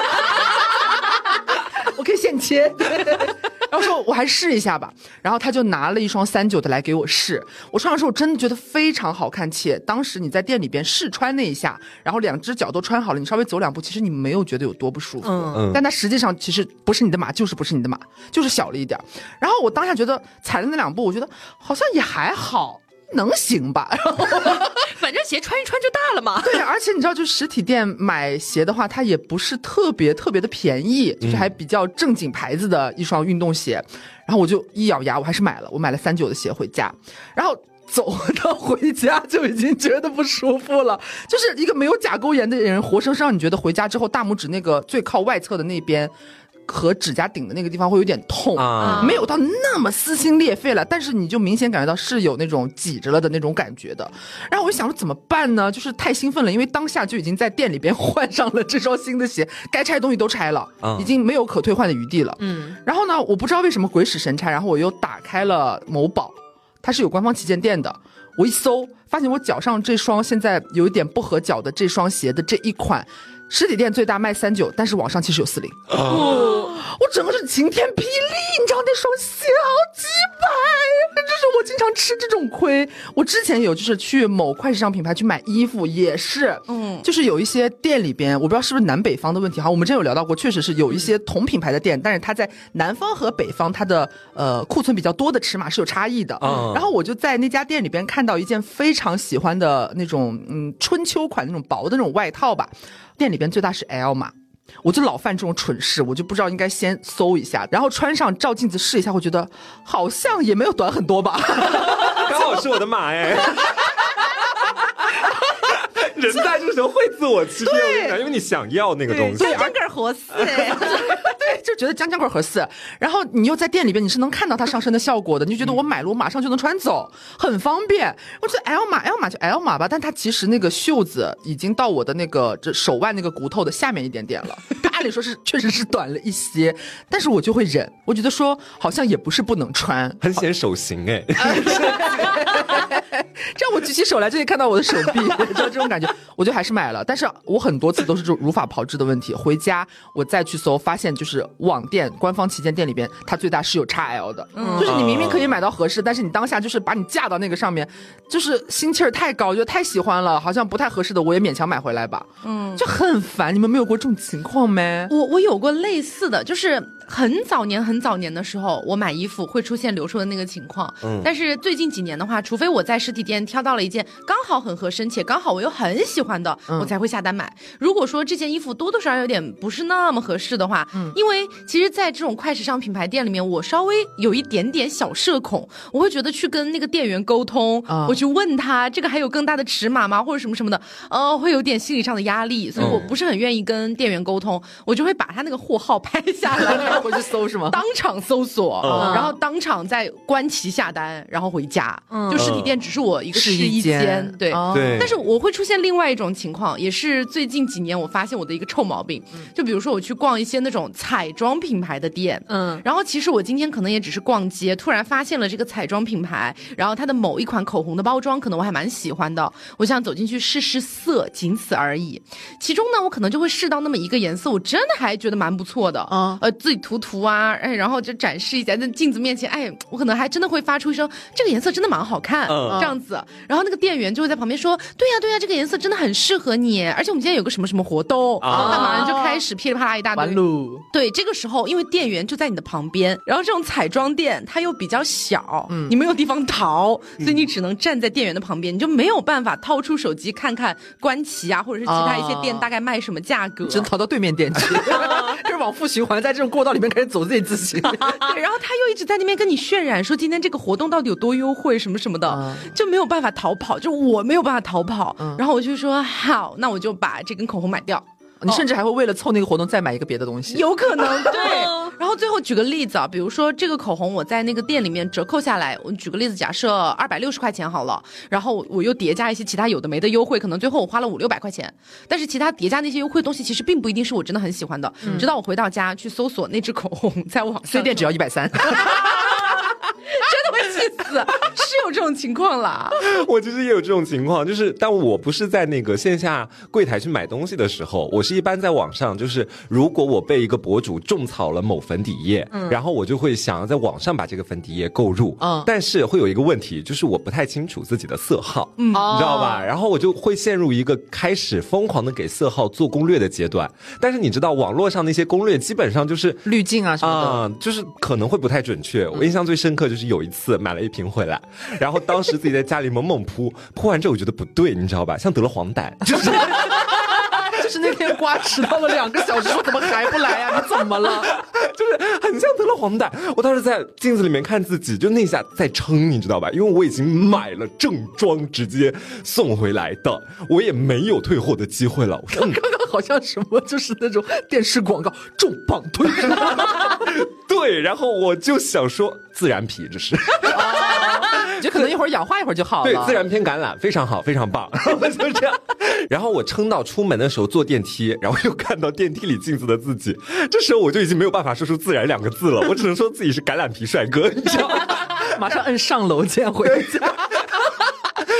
我可以现切。然后说我还试一下吧，然后他就拿了一双三九的来给我试，我穿上之后真的觉得非常好看，且当时你在店里边试穿那一下，然后两只脚都穿好了，你稍微走两步，其实你没有觉得有多不舒服，嗯，但它实际上其实不是你的码，就是不是你的码，就是小了一点。然后我当下觉得踩了那两步，我觉得好像也还好。能行吧， 反正鞋穿一穿就大了嘛。 对，而且你知道，就实体店买鞋的话，它也不是特别特别的便宜，就是还比较正经牌子的一双运动鞋。然后我就一咬牙，我还是买了，我买了三九的鞋回家。然后走到回家就已经觉得不舒服了，就是一个没有甲沟炎的人，活生生让你觉得回家之后大拇指那个最靠外侧的那边。和指甲顶的那个地方会有点痛、啊、没有到那么撕心裂肺了，但是你就明显感觉到是有那种挤着了的那种感觉的。然后我就想说怎么办呢，就是太兴奋了，因为当下就已经在店里边换上了这双新的鞋，该拆的东西都拆了、啊、已经没有可退换的余地了。嗯，然后呢我不知道为什么鬼使神差，然后我又打开了某宝，它是有官方旗舰店的，我一搜发现我脚上这双现在有一点不合脚的这双鞋的这一款实体店最大卖三九，但是网上其实有四零。哦， 我整个是晴天霹雳，你知道那双鞋好几百，就是我经常吃这种亏。我之前有就是去某快时尚品牌去买衣服，也是，嗯，就是有一些店里边，我不知道是不是南北方的问题哈，我们之前有聊到过，确实是有一些同品牌的店，但是它在南方和北方它的呃库存比较多的尺码是有差异的。嗯，然后我就在那家店里边看到一件非常喜欢的那种嗯春秋款那种薄的那种外套吧，店里边最大是 L 码。我就老犯这种蠢事，我就不知道应该先搜一下，然后穿上照镜子试一下，会觉得好像也没有短很多吧， 刚好是我的码哎。人在这个时候会自我欺骗，我跟你讲，因为你想要那个东西， 对，将根合适哎， 对，就觉得将将根合适。然后你又在店里边，你是能看到它上身的效果的，你就觉得我买了，我马上就能穿走，很方便。我觉得 L 码 L 码就 L 码吧，但它其实那个袖子已经到我的那个这手腕那个骨头的下面一点点了，按理说是确实是短了一些，但是我就会忍，我觉得说好像也不是不能穿， 很显手型哎。 这样我举起手来就可以看到我的手臂，知道这种感觉，我就还是买了。但是我很多次都是这种如法炮制的问题，回家我再去搜，发现就是网店官方旗舰店里边，它最大是有 X L 的，嗯，就是你明明可以买到合适，但是你当下就是把你架到那个上面，就是心气儿太高，就太喜欢了，好像不太合适的我也勉强买回来吧，嗯，就很烦。你们没有过这种情况没？ 我我有过类似的，就是很早年很早年的时候，我买衣服会出现流出的那个情况，嗯，但是最近几年的话，除非我在实体店挑到了一件刚好很合身且刚好我又很喜欢的，嗯，我才会下单买。如果说这件衣服多多少少有点不是那么合适的话，嗯，因为其实在这种快时尚品牌店里面，我稍微有一点点小社恐，我会觉得去跟那个店员沟通，嗯，我去问他这个还有更大的尺码吗或者什么什么的，呃，会有点心理上的压力，所以我不是很愿意跟店员沟通，我就会把他那个货号拍下来回去搜是吗？ 当场搜索，嗯，然后当场再关齐下单，然后回家，嗯，就实体店只是我一个试衣间，对， 哦， 对。 但是我会出现另外一种情况，也是最近几年我发现我的一个臭毛病，嗯，就比如说我去逛一些那种彩妆品牌的店，嗯，然后其实我今天可能也只是逛街，突然发现了这个彩妆品牌，然后它的某一款口红的包装可能我还蛮喜欢的，我想走进去试试色，仅此而已。其中呢，我可能就会试到那么一个颜色，我真的还觉得蛮不错的，嗯，呃，自己涂涂啊，哎，然后就展示一下，在镜子面前，哎，我可能还真的会发出一声这个颜色真的蛮好看，嗯，这样子，然后那个店员就会在旁边说，对呀对呀，这个颜色真的很适合你，而且我们今天有个什么什么活动，啊，那马上就开始噼里啪啦一大堆， 完路。 对，这个时候因为店员就在你的旁边，然后这种彩妆店它又比较小，嗯，你没有地方逃，所以你只能站在店员的旁边，你就没有办法掏出手机看看官旗啊，或者是其他一些店大概卖什么价格， 只能逃到对面店去，开始往复循环，在这种过道里面开始走自己自行。 对，然后他又一直在那边跟你渲染说今天这个活动到底有多优惠什么什么的，嗯，就没有办法逃跑，就我没有办法逃跑，嗯，然后我就说好，那我就把这根口红买掉。 你甚至还会为了凑那个活动再买一个别的东西， 有可能，对。然后最后举个例子啊，比如说这个口红我在那个店里面折扣下来，我举个例子，假设二百六十块钱好了，然后我又叠加一些其他有的没的优惠，可能最后我花了五六百块钱，但是其他叠加那些优惠的东西其实并不一定是我真的很喜欢的，嗯，直到我回到家去搜索那支口红，在网上随便只要一百三。 真的会气死，是有这种情况啦。 我其实也有这种情况，就是但我不是在那个线下柜台去买东西的时候，我是一般在网上，就是如果我被一个博主种草了某粉底液，嗯，然后我就会想要在网上把这个粉底液购入，嗯，但是会有一个问题，就是我不太清楚自己的色号，嗯，你知道吧？然后我就会陷入一个开始疯狂的给色号做攻略的阶段。但是你知道，网络上那些攻略基本上就是滤镜啊什么的， 呃，就是可能会不太准确。我印象最深刻就是有一次买了一瓶回来，然后当时自己在家里猛猛扑，扑完之后我觉得不对，你知道吧？像得了黄疸，就是就是那天瓜迟到了两个小时，我怎么还不来啊？你怎么了？ 就是很像得了黄疸。我当时在镜子里面看自己，就那下在撑，你知道吧？因为我已经买了正装直接送回来的，我也没有退货的机会了。我说、嗯、 刚刚好像什么就是那种电视广告重磅推出。 对，然后我就想说自然皮这是。 就可能一会儿氧化一会儿就好了。 对，自然偏橄榄非常好，非常棒。然后就这样，然后我撑到出门的时候坐电梯，然后又看到电梯里镜子的自己，这时候我就已经没有办法说出自然两个字了，我只能说自己是橄榄皮帅哥，你知道吗？ 马上摁上楼键回家。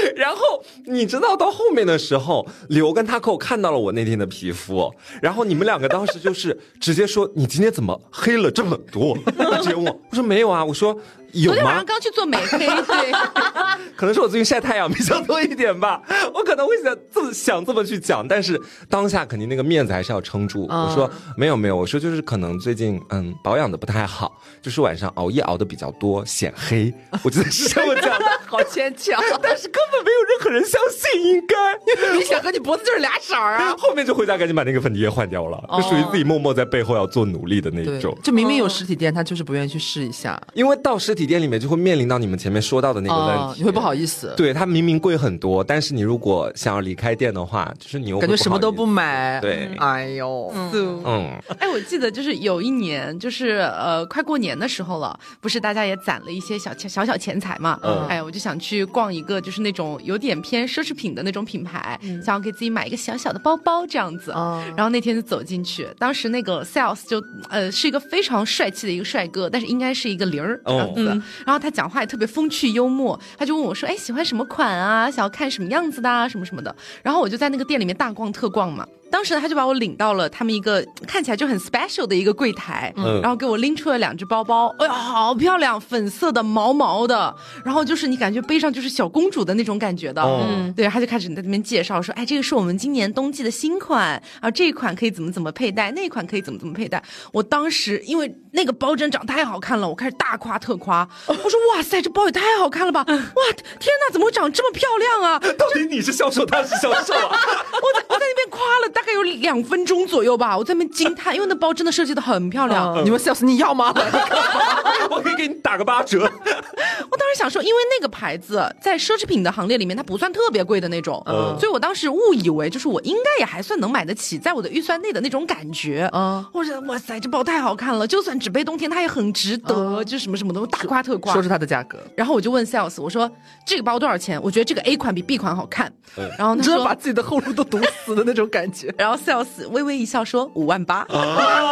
然后你知道到后面的时候，刘跟他扣看到了我那天的皮肤，然后你们两个当时就是直接说你今天怎么黑了这么多？直接问我，我说没有啊，我说有吗？ 昨天晚上刚去做美黑，对， 可能是我最近晒太阳比较多一点吧，我可能会想这么想这么去讲，但是当下肯定那个面子还是要撑住。嗯、我说没有没有，我说就是可能最近嗯保养的不太好，就是晚上熬夜熬的比较多显黑，我觉得是这么讲的， 好牵强， 但是根本没有任何人相信，应该明显和你脖子就是俩色儿啊。 后面就回家赶紧把那个粉底液换掉了，就属于自己默默在背后要做努力的那种。 就明明有实体店，他就是不愿意去试一下， 因为到实体店里面就会面临到你们前面说到的那个问题， 哦、你会不好意思。 对，它明明贵很多，但是你如果想要离开店的话，就是你又感觉什么都不买。 对， 哎呦， 嗯，嗯哎，我记得就是有一年，就是呃，快过年的时候了，不是大家也攒了一些小小小钱财嘛？嗯，哎，我就想去逛一个就是那种有点偏奢侈品的那种品牌，嗯、想要给自己买一个小小的包包这样子。嗯、然后那天就走进去，当时那个 sales 就呃是一个非常帅气的一个帅哥，但是应该是一个零儿这样子。嗯、然后他讲话也特别风趣幽默，他就问我说：“哎，喜欢什么款啊？想要看什么样子的啊？什么什么的。”然后我就在那个店里面大逛特逛嘛。当时呢，他就把我领到了他们一个看起来就很 special 的一个柜台，嗯、然后给我拎出了两只包包，哎呀，好漂亮，粉色的，毛毛的，然后就是你感觉背上就是小公主的那种感觉的，嗯，对，他就开始在那边介绍说，哎，这个是我们今年冬季的新款，啊，这一款可以怎么怎么佩戴，那一款可以怎么怎么佩戴。我当时因为那个包真长太好看了，我开始大夸特夸，我说哇塞，这包也太好看了吧，哇，天哪，怎么会长这么漂亮啊？ 到底你是销售，他是销售啊？ 我在我在那边夸了大概有两分钟左右吧，我在那边惊叹，因为那包真的设计的很漂亮。 嗯、你们 sales 你要吗？ 我可以给你打个八折。 我当时想说，因为那个牌子在奢侈品的行列里面，它不算特别贵的那种，嗯、所以我当时误以为就是我应该也还算能买得起，在我的预算内的那种感觉。嗯，我说哇塞，这包太好看了，就算只背冬天，它也很值得，嗯、就什么什么的，大夸特夸， 说出它的价格。 然后我就问 sales， 我说这个包多少钱？我觉得这个 A 款比 B 款好看。嗯、然后他说真的把自己的后路都堵死的那种感觉。 然后 sales 微微一笑说五万八。 Oh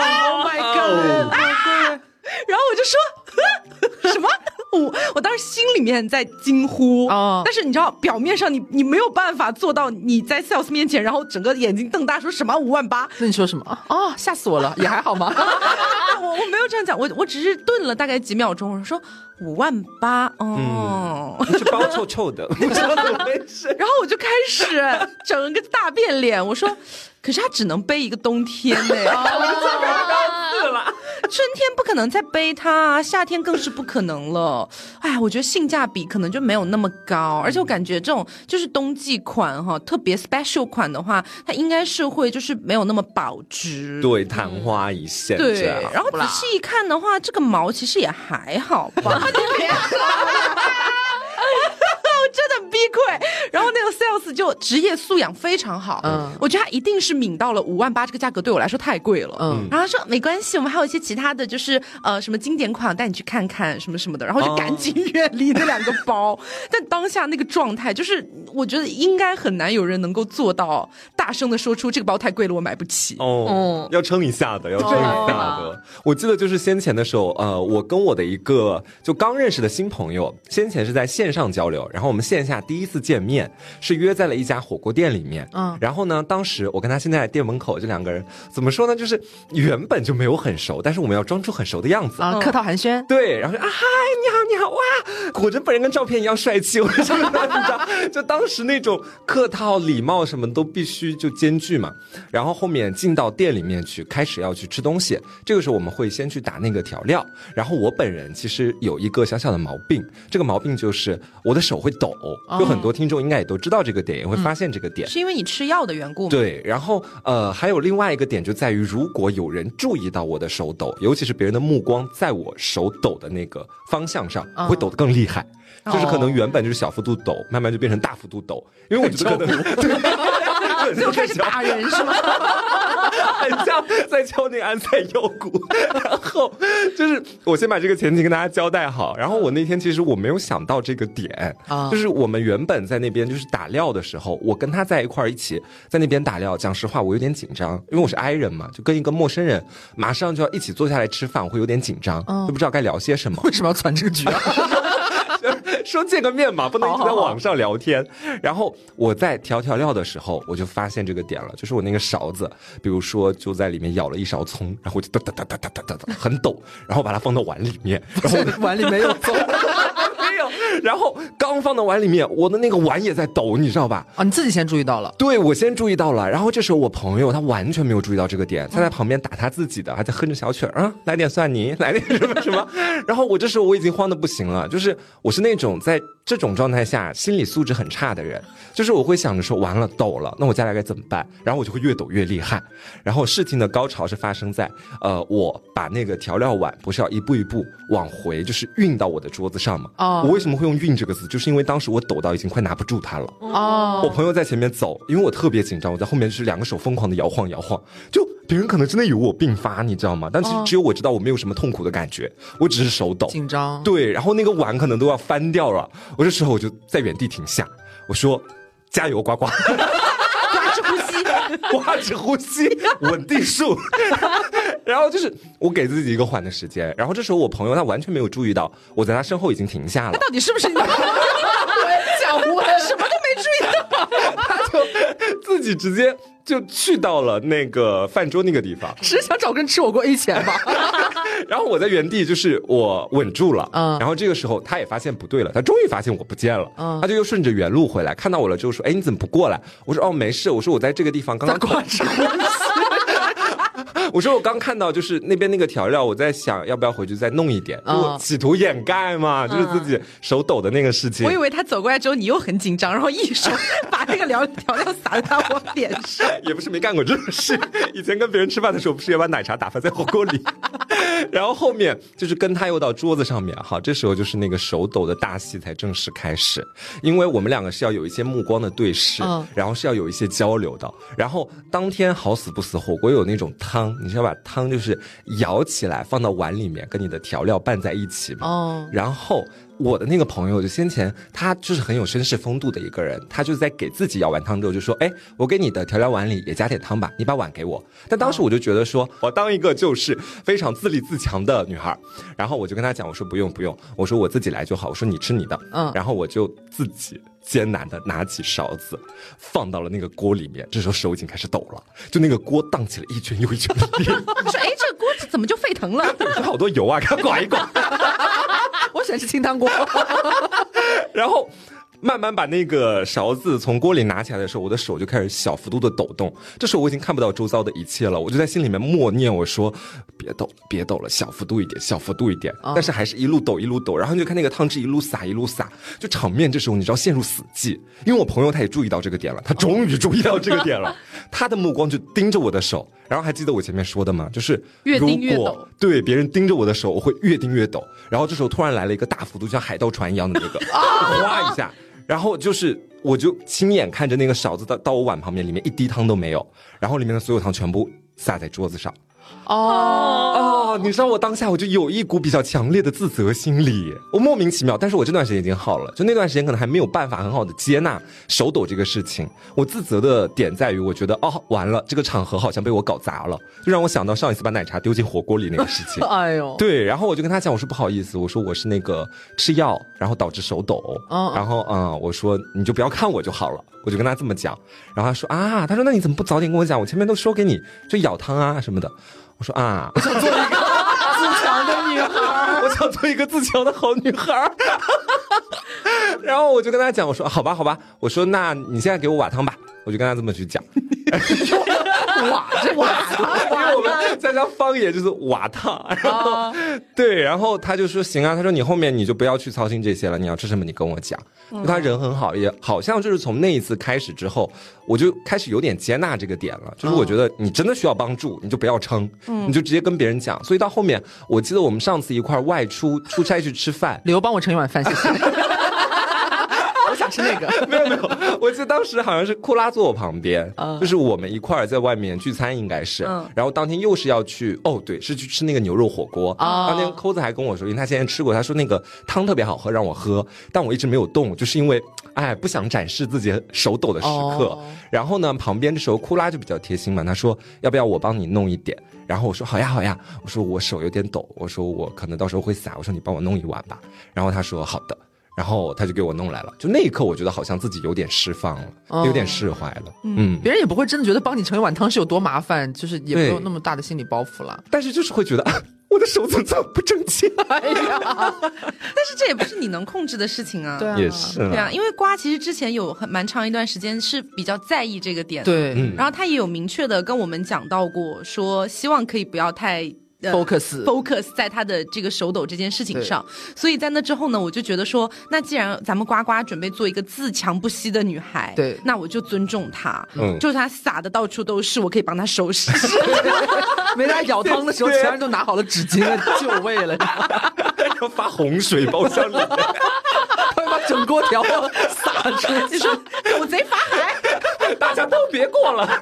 my god！ 然后我就说什么？我我当时心里面在惊呼，哦、但是你知道，表面上你你没有办法做到你在 sales 面前，然后整个眼睛瞪大说什么五万八？ 那你说什么？哦，吓死我了，也还好吗？ 我我没有这样讲，我我只是顿了大概几秒钟，我说五万八，哦， 嗯、你是包臭臭的，不知道怎么回事。 然后我就开始整个大变脸，我说，可是他只能背一个冬天呢、欸， 我就差点要死了。 春天不可能再背它，夏天更是不可能了。哎，我觉得性价比可能就没有那么高，而且我感觉这种就是冬季款哈，特别 special 款的话，它应该是会就是没有那么保值， 对，昙花一现。 对，然后仔细一看的话，这个毛其实也还好吧。你别说真的逼溃，然后那个 sales 就职业素养非常好，嗯，我觉得他一定是抿到了五万八这个价格对我来说太贵了，嗯，然后他说没关系，我们还有一些其他的就是呃什么经典款，带你去看看什么什么的，然后就赶紧远离那两个包。哦、但当下那个状态，就是我觉得应该很难有人能够做到大声的说出这个包太贵了，我买不起。 哦，嗯、要撑一下的，要撑一下的。哦、我记得就是先前的时候，呃，我跟我的一个就刚认识的新朋友，先前是在线上交流，然后我们线下第一次见面是约在了一家火锅店里面，嗯，然后呢，当时我跟他现在店门口这两个人怎么说呢，就是原本就没有很熟，但是我们要装出很熟的样子啊，客套寒暄， 对，然后就啊嗨，你好你好，哇，果真本人跟照片一样帅气，我就觉得你知道，就当时那种客套礼貌什么都必须就兼具嘛。然后后面进到店里面去，开始要去吃东西，这个时候我们会先去打那个调料，然后我本人其实有一个小小的毛病，这个毛病就是我的手会抖。有很多听众应该也都知道这个点，也会发现这个点， 嗯、是因为你吃药的缘故吗？ 对，然后呃，还有另外一个点就在于，如果有人注意到我的手抖，尤其是别人的目光在我手抖的那个方向上，哦、会抖得更厉害。就是可能原本就是小幅度抖，慢慢就变成大幅度抖，因为我觉得可能就开始打人是吗？ 很像在敲那个安塞腰鼓。然后就是我先把这个前提跟大家交代好，然后我那天其实我没有想到这个点，嗯、就是我们原本在那边就是打料的时候，我跟他在一块儿一起在那边打料，讲实话我有点紧张，因为我是 I 人嘛，就跟一个陌生人马上就要一起坐下来吃饭，我会有点紧张，嗯、就不知道该聊些什么。 为什么要攒这个局啊？ 说见个面嘛，不能一直在网上聊天。好好好，然后我在调调料的时候，我就发现这个点了，就是我那个勺子，比如说就在里面舀了一勺葱，然后我就哒哒哒哒哒哒哒哒很抖，然后把它放到碗里面，然后碗里没有葱。 没有，然后刚放到碗里面，我的那个碗也在抖，你知道吧？ 啊，你自己先注意到了？ 对，我先注意到了。然后这时候我朋友他完全没有注意到这个点，他在旁边打他自己的，还在哼着小曲儿啊，来点蒜泥，来点什么什么。然后我这时候我已经慌得不行了，就是我是那种在这种状态下心理素质很差的人，就是我会想着说完了抖了，那我接下来该怎么办？然后我就会越抖越厉害。然后事情的高潮是发生在呃，我把那个调料碗不是要一步一步往回，就是运到我的桌子上嘛。哦，我为什么会用运这个词？就是因为当时我抖到已经快拿不住它了。哦，我朋友在前面走，因为我特别紧张，我在后面就是两个手疯狂的摇晃摇晃，就别人可能真的以为我病发，你知道吗？但其实只有我知道我没有什么痛苦的感觉，我只是手抖紧张。 对，然后那个碗可能都要翻掉了，我这时候我就在原地停下，我说加油呱呱。 挂着呼吸， 挂着呼吸，稳定术。然后就是我给自己一个缓的时间，然后这时候我朋友他完全没有注意到我在他身后已经停下了。 他到底是不是你的朋友？ 我也想问， 什么都没注意到， 他就自己直接就去到了那个饭桌那个地方， 只是想找个人吃火锅 A 钱吧。 然后我在原地就是我稳住了，嗯，然后这个时候他也发现不对了，他终于发现我不见了，嗯，他就又顺着原路回来，看到我了之后说：“哎，你怎么不过来？”我说：“哦，没事。”我说：“我在这个地方刚刚挂着呼吸。” 我说我刚看到就是那边那个调料，我在想要不要回去再弄一点，就我企图掩盖嘛，就是自己手抖的那个事情。 我以为他走过来之后你又很紧张，然后一手把那个调调料洒在我脸上。 也不是没干过这种事，以前跟别人吃饭的时候不是也把奶茶打翻在火锅里。然后后面就是跟他又到桌子上面，好，这时候就是那个手抖的大戏才正式开始，因为我们两个是要有一些目光的对视，嗯，然后是要有一些交流的。然后当天好死不死，火锅有那种汤，你是要把汤就是舀起来放到碗里面，跟你的调料拌在一起嘛。哦，然后我的那个朋友就先前他就是很有绅士风度的一个人，他就在给自己舀完汤之后就说：“哎，我给你的调料碗里也加点汤吧，你把碗给我。”但当时我就觉得说，我当一个就是非常自立自强的女孩，然后我就跟他讲，我说不用不用，我说我自己来就好，我说你吃你的，嗯，然后我就自己艰难的拿起勺子放到了那个锅里面，这时候手已经开始抖了，就那个锅荡起了一圈又一圈的电。 我说：“哎，这锅子怎么就沸腾了？ 有好多油啊，给它刮一刮。” 我选是清汤锅。 然后慢慢把那个勺子从锅里拿起来的时候，我的手就开始小幅度的抖动。这时候我已经看不到周遭的一切了，我就在心里面默念，我说别抖了别抖了，小幅度一点小幅度一点、哦、但是还是一路抖一路抖。然后你就看那个汤汁一路洒一路洒，就场面这时候你知道陷入死寂。因为我朋友他也注意到这个点了，他终于注意到这个点了，他的目光就盯着我的手。然后还记得我前面说的吗？就是越盯越抖， 对，别人盯着我的手我会越盯越抖。然后这时候突然来了一个大幅度像海盗船一样的那个哗一下，然后就是我就亲眼看着那个勺子到到我碗旁边，里面一滴汤都没有，然后里面的所有汤全部洒在桌子上。哦哦，你知道我当下我就有一股比较强烈的自责心理，我莫名其妙，但是我这段时间已经好了，就那段时间可能还没有办法很好的接纳手抖这个事情。我自责的点在于，我觉得哦完了，这个场合好像被我搞砸了，就让我想到上一次把奶茶丢进火锅里那个事情。 哎呦， 对，然后我就跟他讲，我说不好意思，我说我是那个吃药，然后导致手抖，哦、然后嗯，我说你就不要看我就好了。我就跟他这么讲，然后他说啊，他说那你怎么不早点跟我讲？我前面都说给你就舀汤啊什么的。我说啊， 我想做一个自强的女孩， 我想做一个自强的好女孩。然后我就跟他讲，我说好吧好吧，我说那你现在给我瓦汤吧，我就跟他这么去讲。 瓦这瓦汤， 因为我们家乡方言就是瓦烫，然后、啊、对，然后他就说行啊，他说你后面你就不要去操心这些了，你要吃什么你跟我讲。嗯、他人很好，也好像就是从那一次开始之后，我就开始有点接纳这个点了，就是我觉得你真的需要帮助，你就不要撑，嗯、你就直接跟别人讲。所以到后面，我记得我们上次一块外出出差去吃饭， 刘帮我盛一碗饭，谢谢。我想吃那个， 没有没有，我记得当时好像是库拉坐我旁边，嗯、就是我们一块儿在外面聚餐，应该是，嗯、然后当天又是要去，哦对，是去吃那个牛肉火锅。哦、当天扣子还跟我说，因为他现在吃过，他说那个汤特别好喝，让我喝，但我一直没有动，就是因为哎不想展示自己手抖的时刻。哦、然后呢，旁边这时候库拉就比较贴心嘛，他说要不要我帮你弄一点？然后我说好呀好呀，我说我手有点抖，我说我可能到时候会洒，我说你帮我弄一碗吧。然后他说好的。 然后他就给我弄来了。就那一刻，我觉得好像自己有点释放了，哦、有点释怀了。嗯， 别人也不会真的觉得帮你盛一碗汤是有多麻烦，就是也没有那么大的心理包袱了。 但是就是会觉得。我的手怎么这么不争气？哎呀！但是这也不是你能控制的事情啊。 对啊， 也是。 对啊，因为瓜其实之前有很蛮长一段时间是比较在意这个点。 对， 嗯、然后他也有明确的跟我们讲到过，说希望可以不要太。 呃、focus focus 在他的这个手抖这件事情上，所以在那之后呢，我就觉得说，那既然咱们呱呱准备做一个自强不息的女孩， 对， 那我就尊重她，嗯，就是她撒的到处都是，我可以帮她收拾。 没他舀汤的时候，其他人都拿好了纸巾了，就位了， 要发洪水包厢里面， 他会把整锅调料撒出去， 你说狗贼法海， 大家都别过了。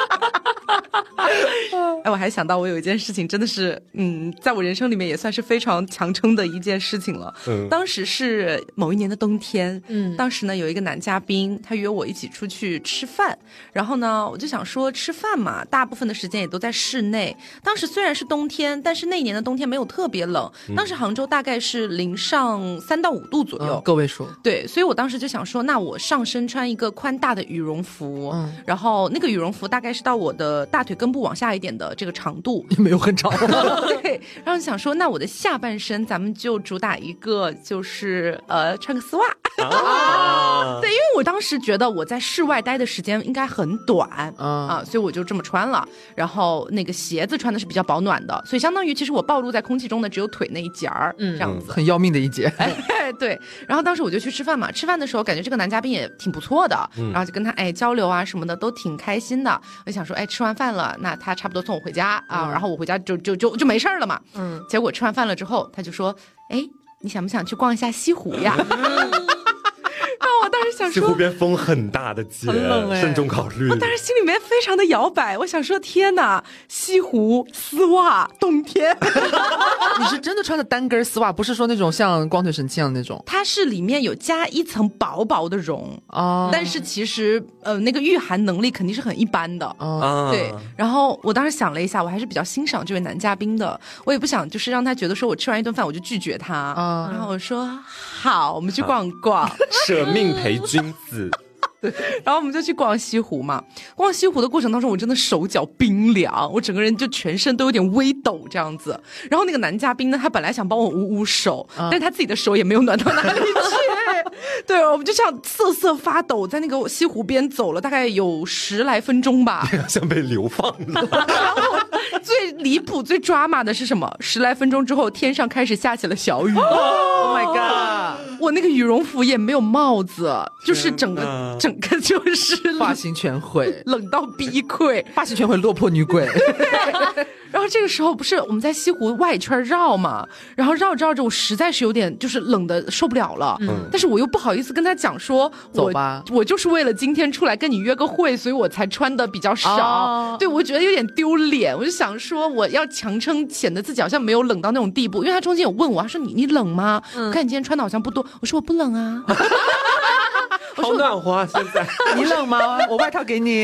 哎，我还想到我有一件事情，真的是，嗯，在我人生里面也算是非常强撑的一件事情了。嗯，当时是某一年的冬天，嗯，当时呢有一个男嘉宾，他约我一起出去吃饭，然后呢我就想说吃饭嘛，大部分的时间也都在室内。当时虽然是冬天，但是那一年的冬天没有特别冷，当时杭州大概是零上三到五度左右， 嗯、个位数。 对，所以我当时就想说，那我上身穿一个宽大的羽绒服，嗯，然后那个羽绒服大概是到我的大腿根部往下一点的这个长度， 也没有很长。 对，然后想说，那我的下半身咱们就主打一个，就是呃穿个丝袜。啊，对，因为我当时觉得我在室外待的时间应该很短、嗯、啊，所以我就这么穿了。然后那个鞋子穿的是比较保暖的，所以相当于其实我暴露在空气中的只有腿那一截儿，嗯，这样子， 很要命的一截。 哎，对。然后当时我就去吃饭嘛，吃饭的时候感觉这个男嘉宾也挺不错的，嗯、然后就跟他哎交流啊什么的都挺开心的。我想说，哎，吃完饭了，那他差不多送我回家啊，嗯、然后我回家就就就就没事了嘛。嗯。结果吃完饭了之后，他就说，哎，你想不想去逛一下西湖呀？我当时想说， 西湖边风很大的姐，很冷哎，慎重考虑。 我当时心里面非常的摇摆，我想说，天哪，西湖丝袜，冬天。 你是真的穿的单根丝袜，不是说那种像光腿神器一样的那种？ 它是里面有加一层薄薄的绒哦，但是其实呃那个御寒能力肯定是很一般的哦。对，然后我当时想了一下，我还是比较欣赏这位男嘉宾的，我也不想就是让他觉得说我吃完一顿饭我就拒绝他，哦、然后我说好，我们去逛逛， 舍命陪君子。 对，然后我们就去逛西湖嘛。逛西湖的过程当中，我真的手脚冰凉，我整个人就全身都有点微抖这样子。然后那个男嘉宾呢，他本来想帮我捂捂手，嗯、但是他自己的手也没有暖到哪里去。对，我们就这样瑟瑟发抖，在那个西湖边走了大概有十来分钟吧， 像被流放了。 然后最离谱、最抓马的是什么？十来分钟之后，天上开始下起了小雨。 Oh my god！ 我那个羽绒服也没有帽子，就是整个整个就是发型全毁， 冷到逼溃， 发型全毁，落魄女鬼。 然后这个时候不是我们在西湖外圈绕嘛，然后绕着绕着，我实在是有点就是冷的受不了了，嗯，但是我又不好意思跟他讲说， 走吧， 我就是为了今天出来跟你约个会，所以我才穿的比较少，哦、对，我觉得有点丢脸，我就想说我要强撑，显得自己好像没有冷到那种地步，因为他中间有问我，他说你你冷吗？嗯，看你今天穿的好像不多，我说我不冷啊。 好暖和啊！现在你冷吗？我外套给你。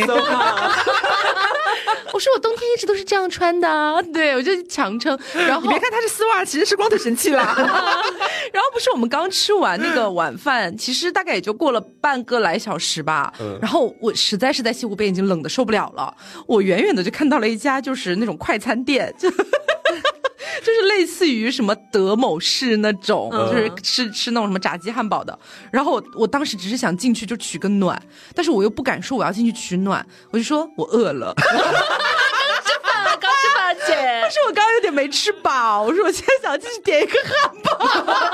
我说我冬天一直都是这样穿的，对，我就强撑。然后你别看它是丝袜，其实是光腿神器啦。 然后不是我们刚吃完那个晚饭，其实大概也就过了半个来小时吧。嗯、然后我实在是在西湖边已经冷得受不了了，我远远的就看到了一家就是那种快餐店。就就是类似于什么德某士那种，嗯、就是吃吃那种什么炸鸡汉堡的。然后我我当时只是想进去就取个暖，但是我又不敢说我要进去取暖，我就说我饿了。 刚吃饭了，刚吃饭姐。 但是我刚刚有点没吃饱，我说我现在想进去点一个汉堡。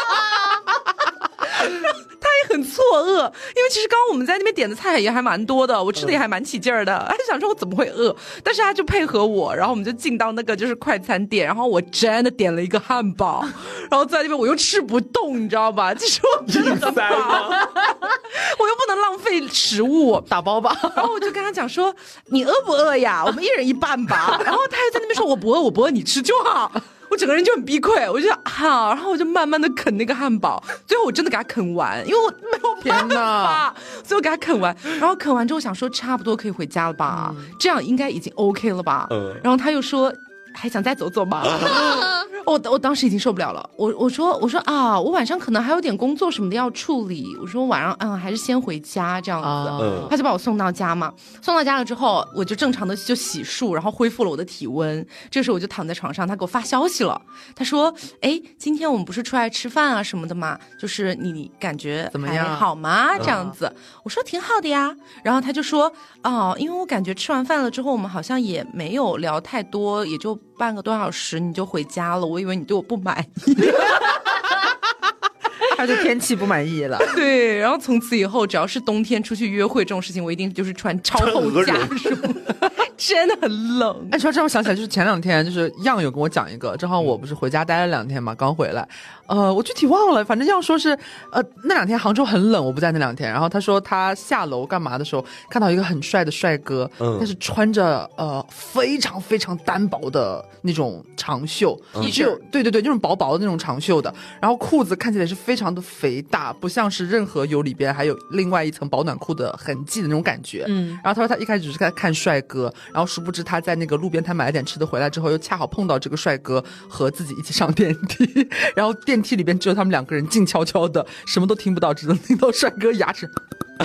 他也很错愕，因为其实刚刚我们在那边点的菜也还蛮多的，我吃的也还蛮起劲儿的。他就想说我怎么会饿，但是他就配合我，然后我们就进到那个就是快餐店，然后我真的点了一个汉堡，然后在那边我又吃不动，你知道吧？其实我真的很饱，我又不能浪费食物， 打包吧。 然后我就跟他讲说你饿不饿呀？我们一人一半吧。然后他又在那边说我不饿，我不饿，你吃就好。我整个人就很逼溃，我就好，然后我就慢慢的啃那个汉堡，最后我真的给他啃完，因为我没有办法，所以我给他啃完，然后啃完之后想说差不多可以回家了吧，嗯、这样应该已经 OK 了吧，嗯、然后他又说还想再走走吗？ 我我当时已经受不了了，我我说我说啊，我晚上可能还有点工作什么的要处理，我说晚上嗯还是先回家这样子，啊、他就把我送到家嘛，送到家了之后，我就正常的就洗漱，然后恢复了我的体温。这时候我就躺在床上，他给我发消息了，他说，哎，今天我们不是出来吃饭啊什么的吗？就是你感觉怎么样？ 还好吗？这样子，我说挺好的呀。然后他就说，哦，因为我感觉吃完饭了之后，我们好像也没有聊太多，也就半个多小时你就回家了，我以为你对我不满意。 他对天气不满意了。 对，然后从此以后，只要是冬天出去约会这种事情，我一定就是穿超厚加绒，真的很冷。 哎，说这让我想起来，就是前两天，就是样有跟我讲一个，正好我不是回家待了两天嘛，刚回来，呃，我具体忘了，反正样说是，呃，那两天杭州很冷，我不在那两天，然后他说他下楼干嘛的时候，看到一个很帅的帅哥，嗯，他是穿着呃非常非常单薄的那种长袖， 嗯， 只有对对对，那种薄薄的那种长袖的，然后裤子看起来是非常的肥大，不像是任何有里边还有另外一层保暖裤的痕迹的那种感觉，嗯，然后他说他一开始只是在看帅哥，然后殊不知他在那个路边摊买了点吃的回来之后，又恰好碰到这个帅哥和自己一起上电梯，然后电梯里边只有他们两个人静悄悄的，什么都听不到，只能听到帅哥牙齿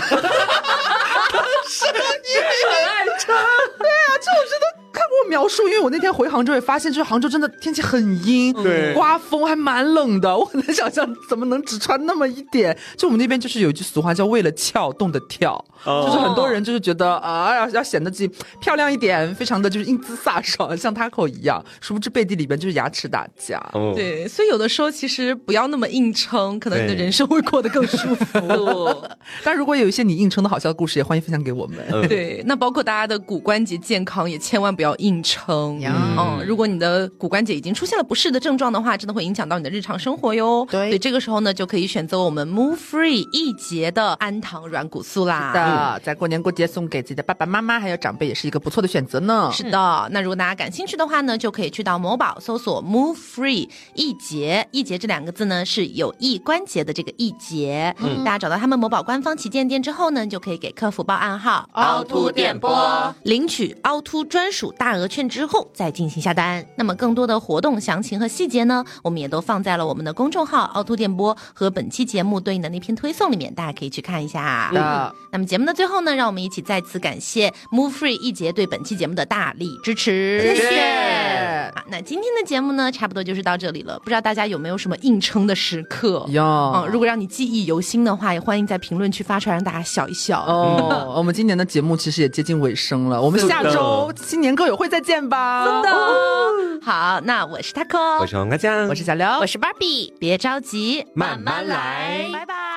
声音很爱唱。对啊，这我真的看过描述，因为我那天回杭州也发现，就是杭州真的天气很阴， 对， 刮风还蛮冷的，我很难想象怎么能只穿那么一点。就我们那边就是有一句俗话叫为了翘冻得跳，哦，就是很多人就是觉得啊要要显得自己漂亮一点，非常的就是英姿飒爽，像他口一样，殊不知背地里边就是牙齿打架。 哦，对，所以有的时候其实不要那么硬撑，可能你的人生会过得更舒服。 但如果有一些你硬撑的好笑的故事，也欢迎分享给我们。 嗯，对，那包括大家的骨关节健康也千万不要硬撑。嗯，嗯，如果你的骨关节已经出现了不适的症状的话，真的会影响到你的日常生活哟。对，所以这个时候呢，就可以选择我们 Move Free 一节的安糖软骨素啦。 是的，在过年过节送给自己的爸爸妈妈还有长辈也是一个不错的选择呢。 是的，那如果大家感兴趣的话呢，就可以去到某宝搜索 Move Free 一节，一节这两个字呢是有益关节的这个一节。嗯，大家找到他们某宝官方旗舰店之后呢，就可以给客服报暗号凹凸电波， 领取凹凸专属大额券之后再进行下单。那么更多的活动详情和细节呢，我们也都放在了我们的公众号凹凸电波和本期节目对应的那篇推送里面，大家可以去看一下。嗯，那么节目的最后呢，让我们一起再次感谢 Move Free 一节对本期节目的大力支持， 谢谢。 好，那今天的节目呢，差不多就是到这里了。不知道大家有没有什么硬撑的时刻？ 有， 嗯，如果让你记忆犹新的话，也欢迎在评论区发出来，让大家笑一笑。 哦，我们今年的节目其实也接近尾声了，我们下周新年歌友会再见吧。 真的。哦，好，那我是 Taco， 我是王阿酱， 我是小刘， 我是 Barbie， 别着急， 慢慢来， 拜拜。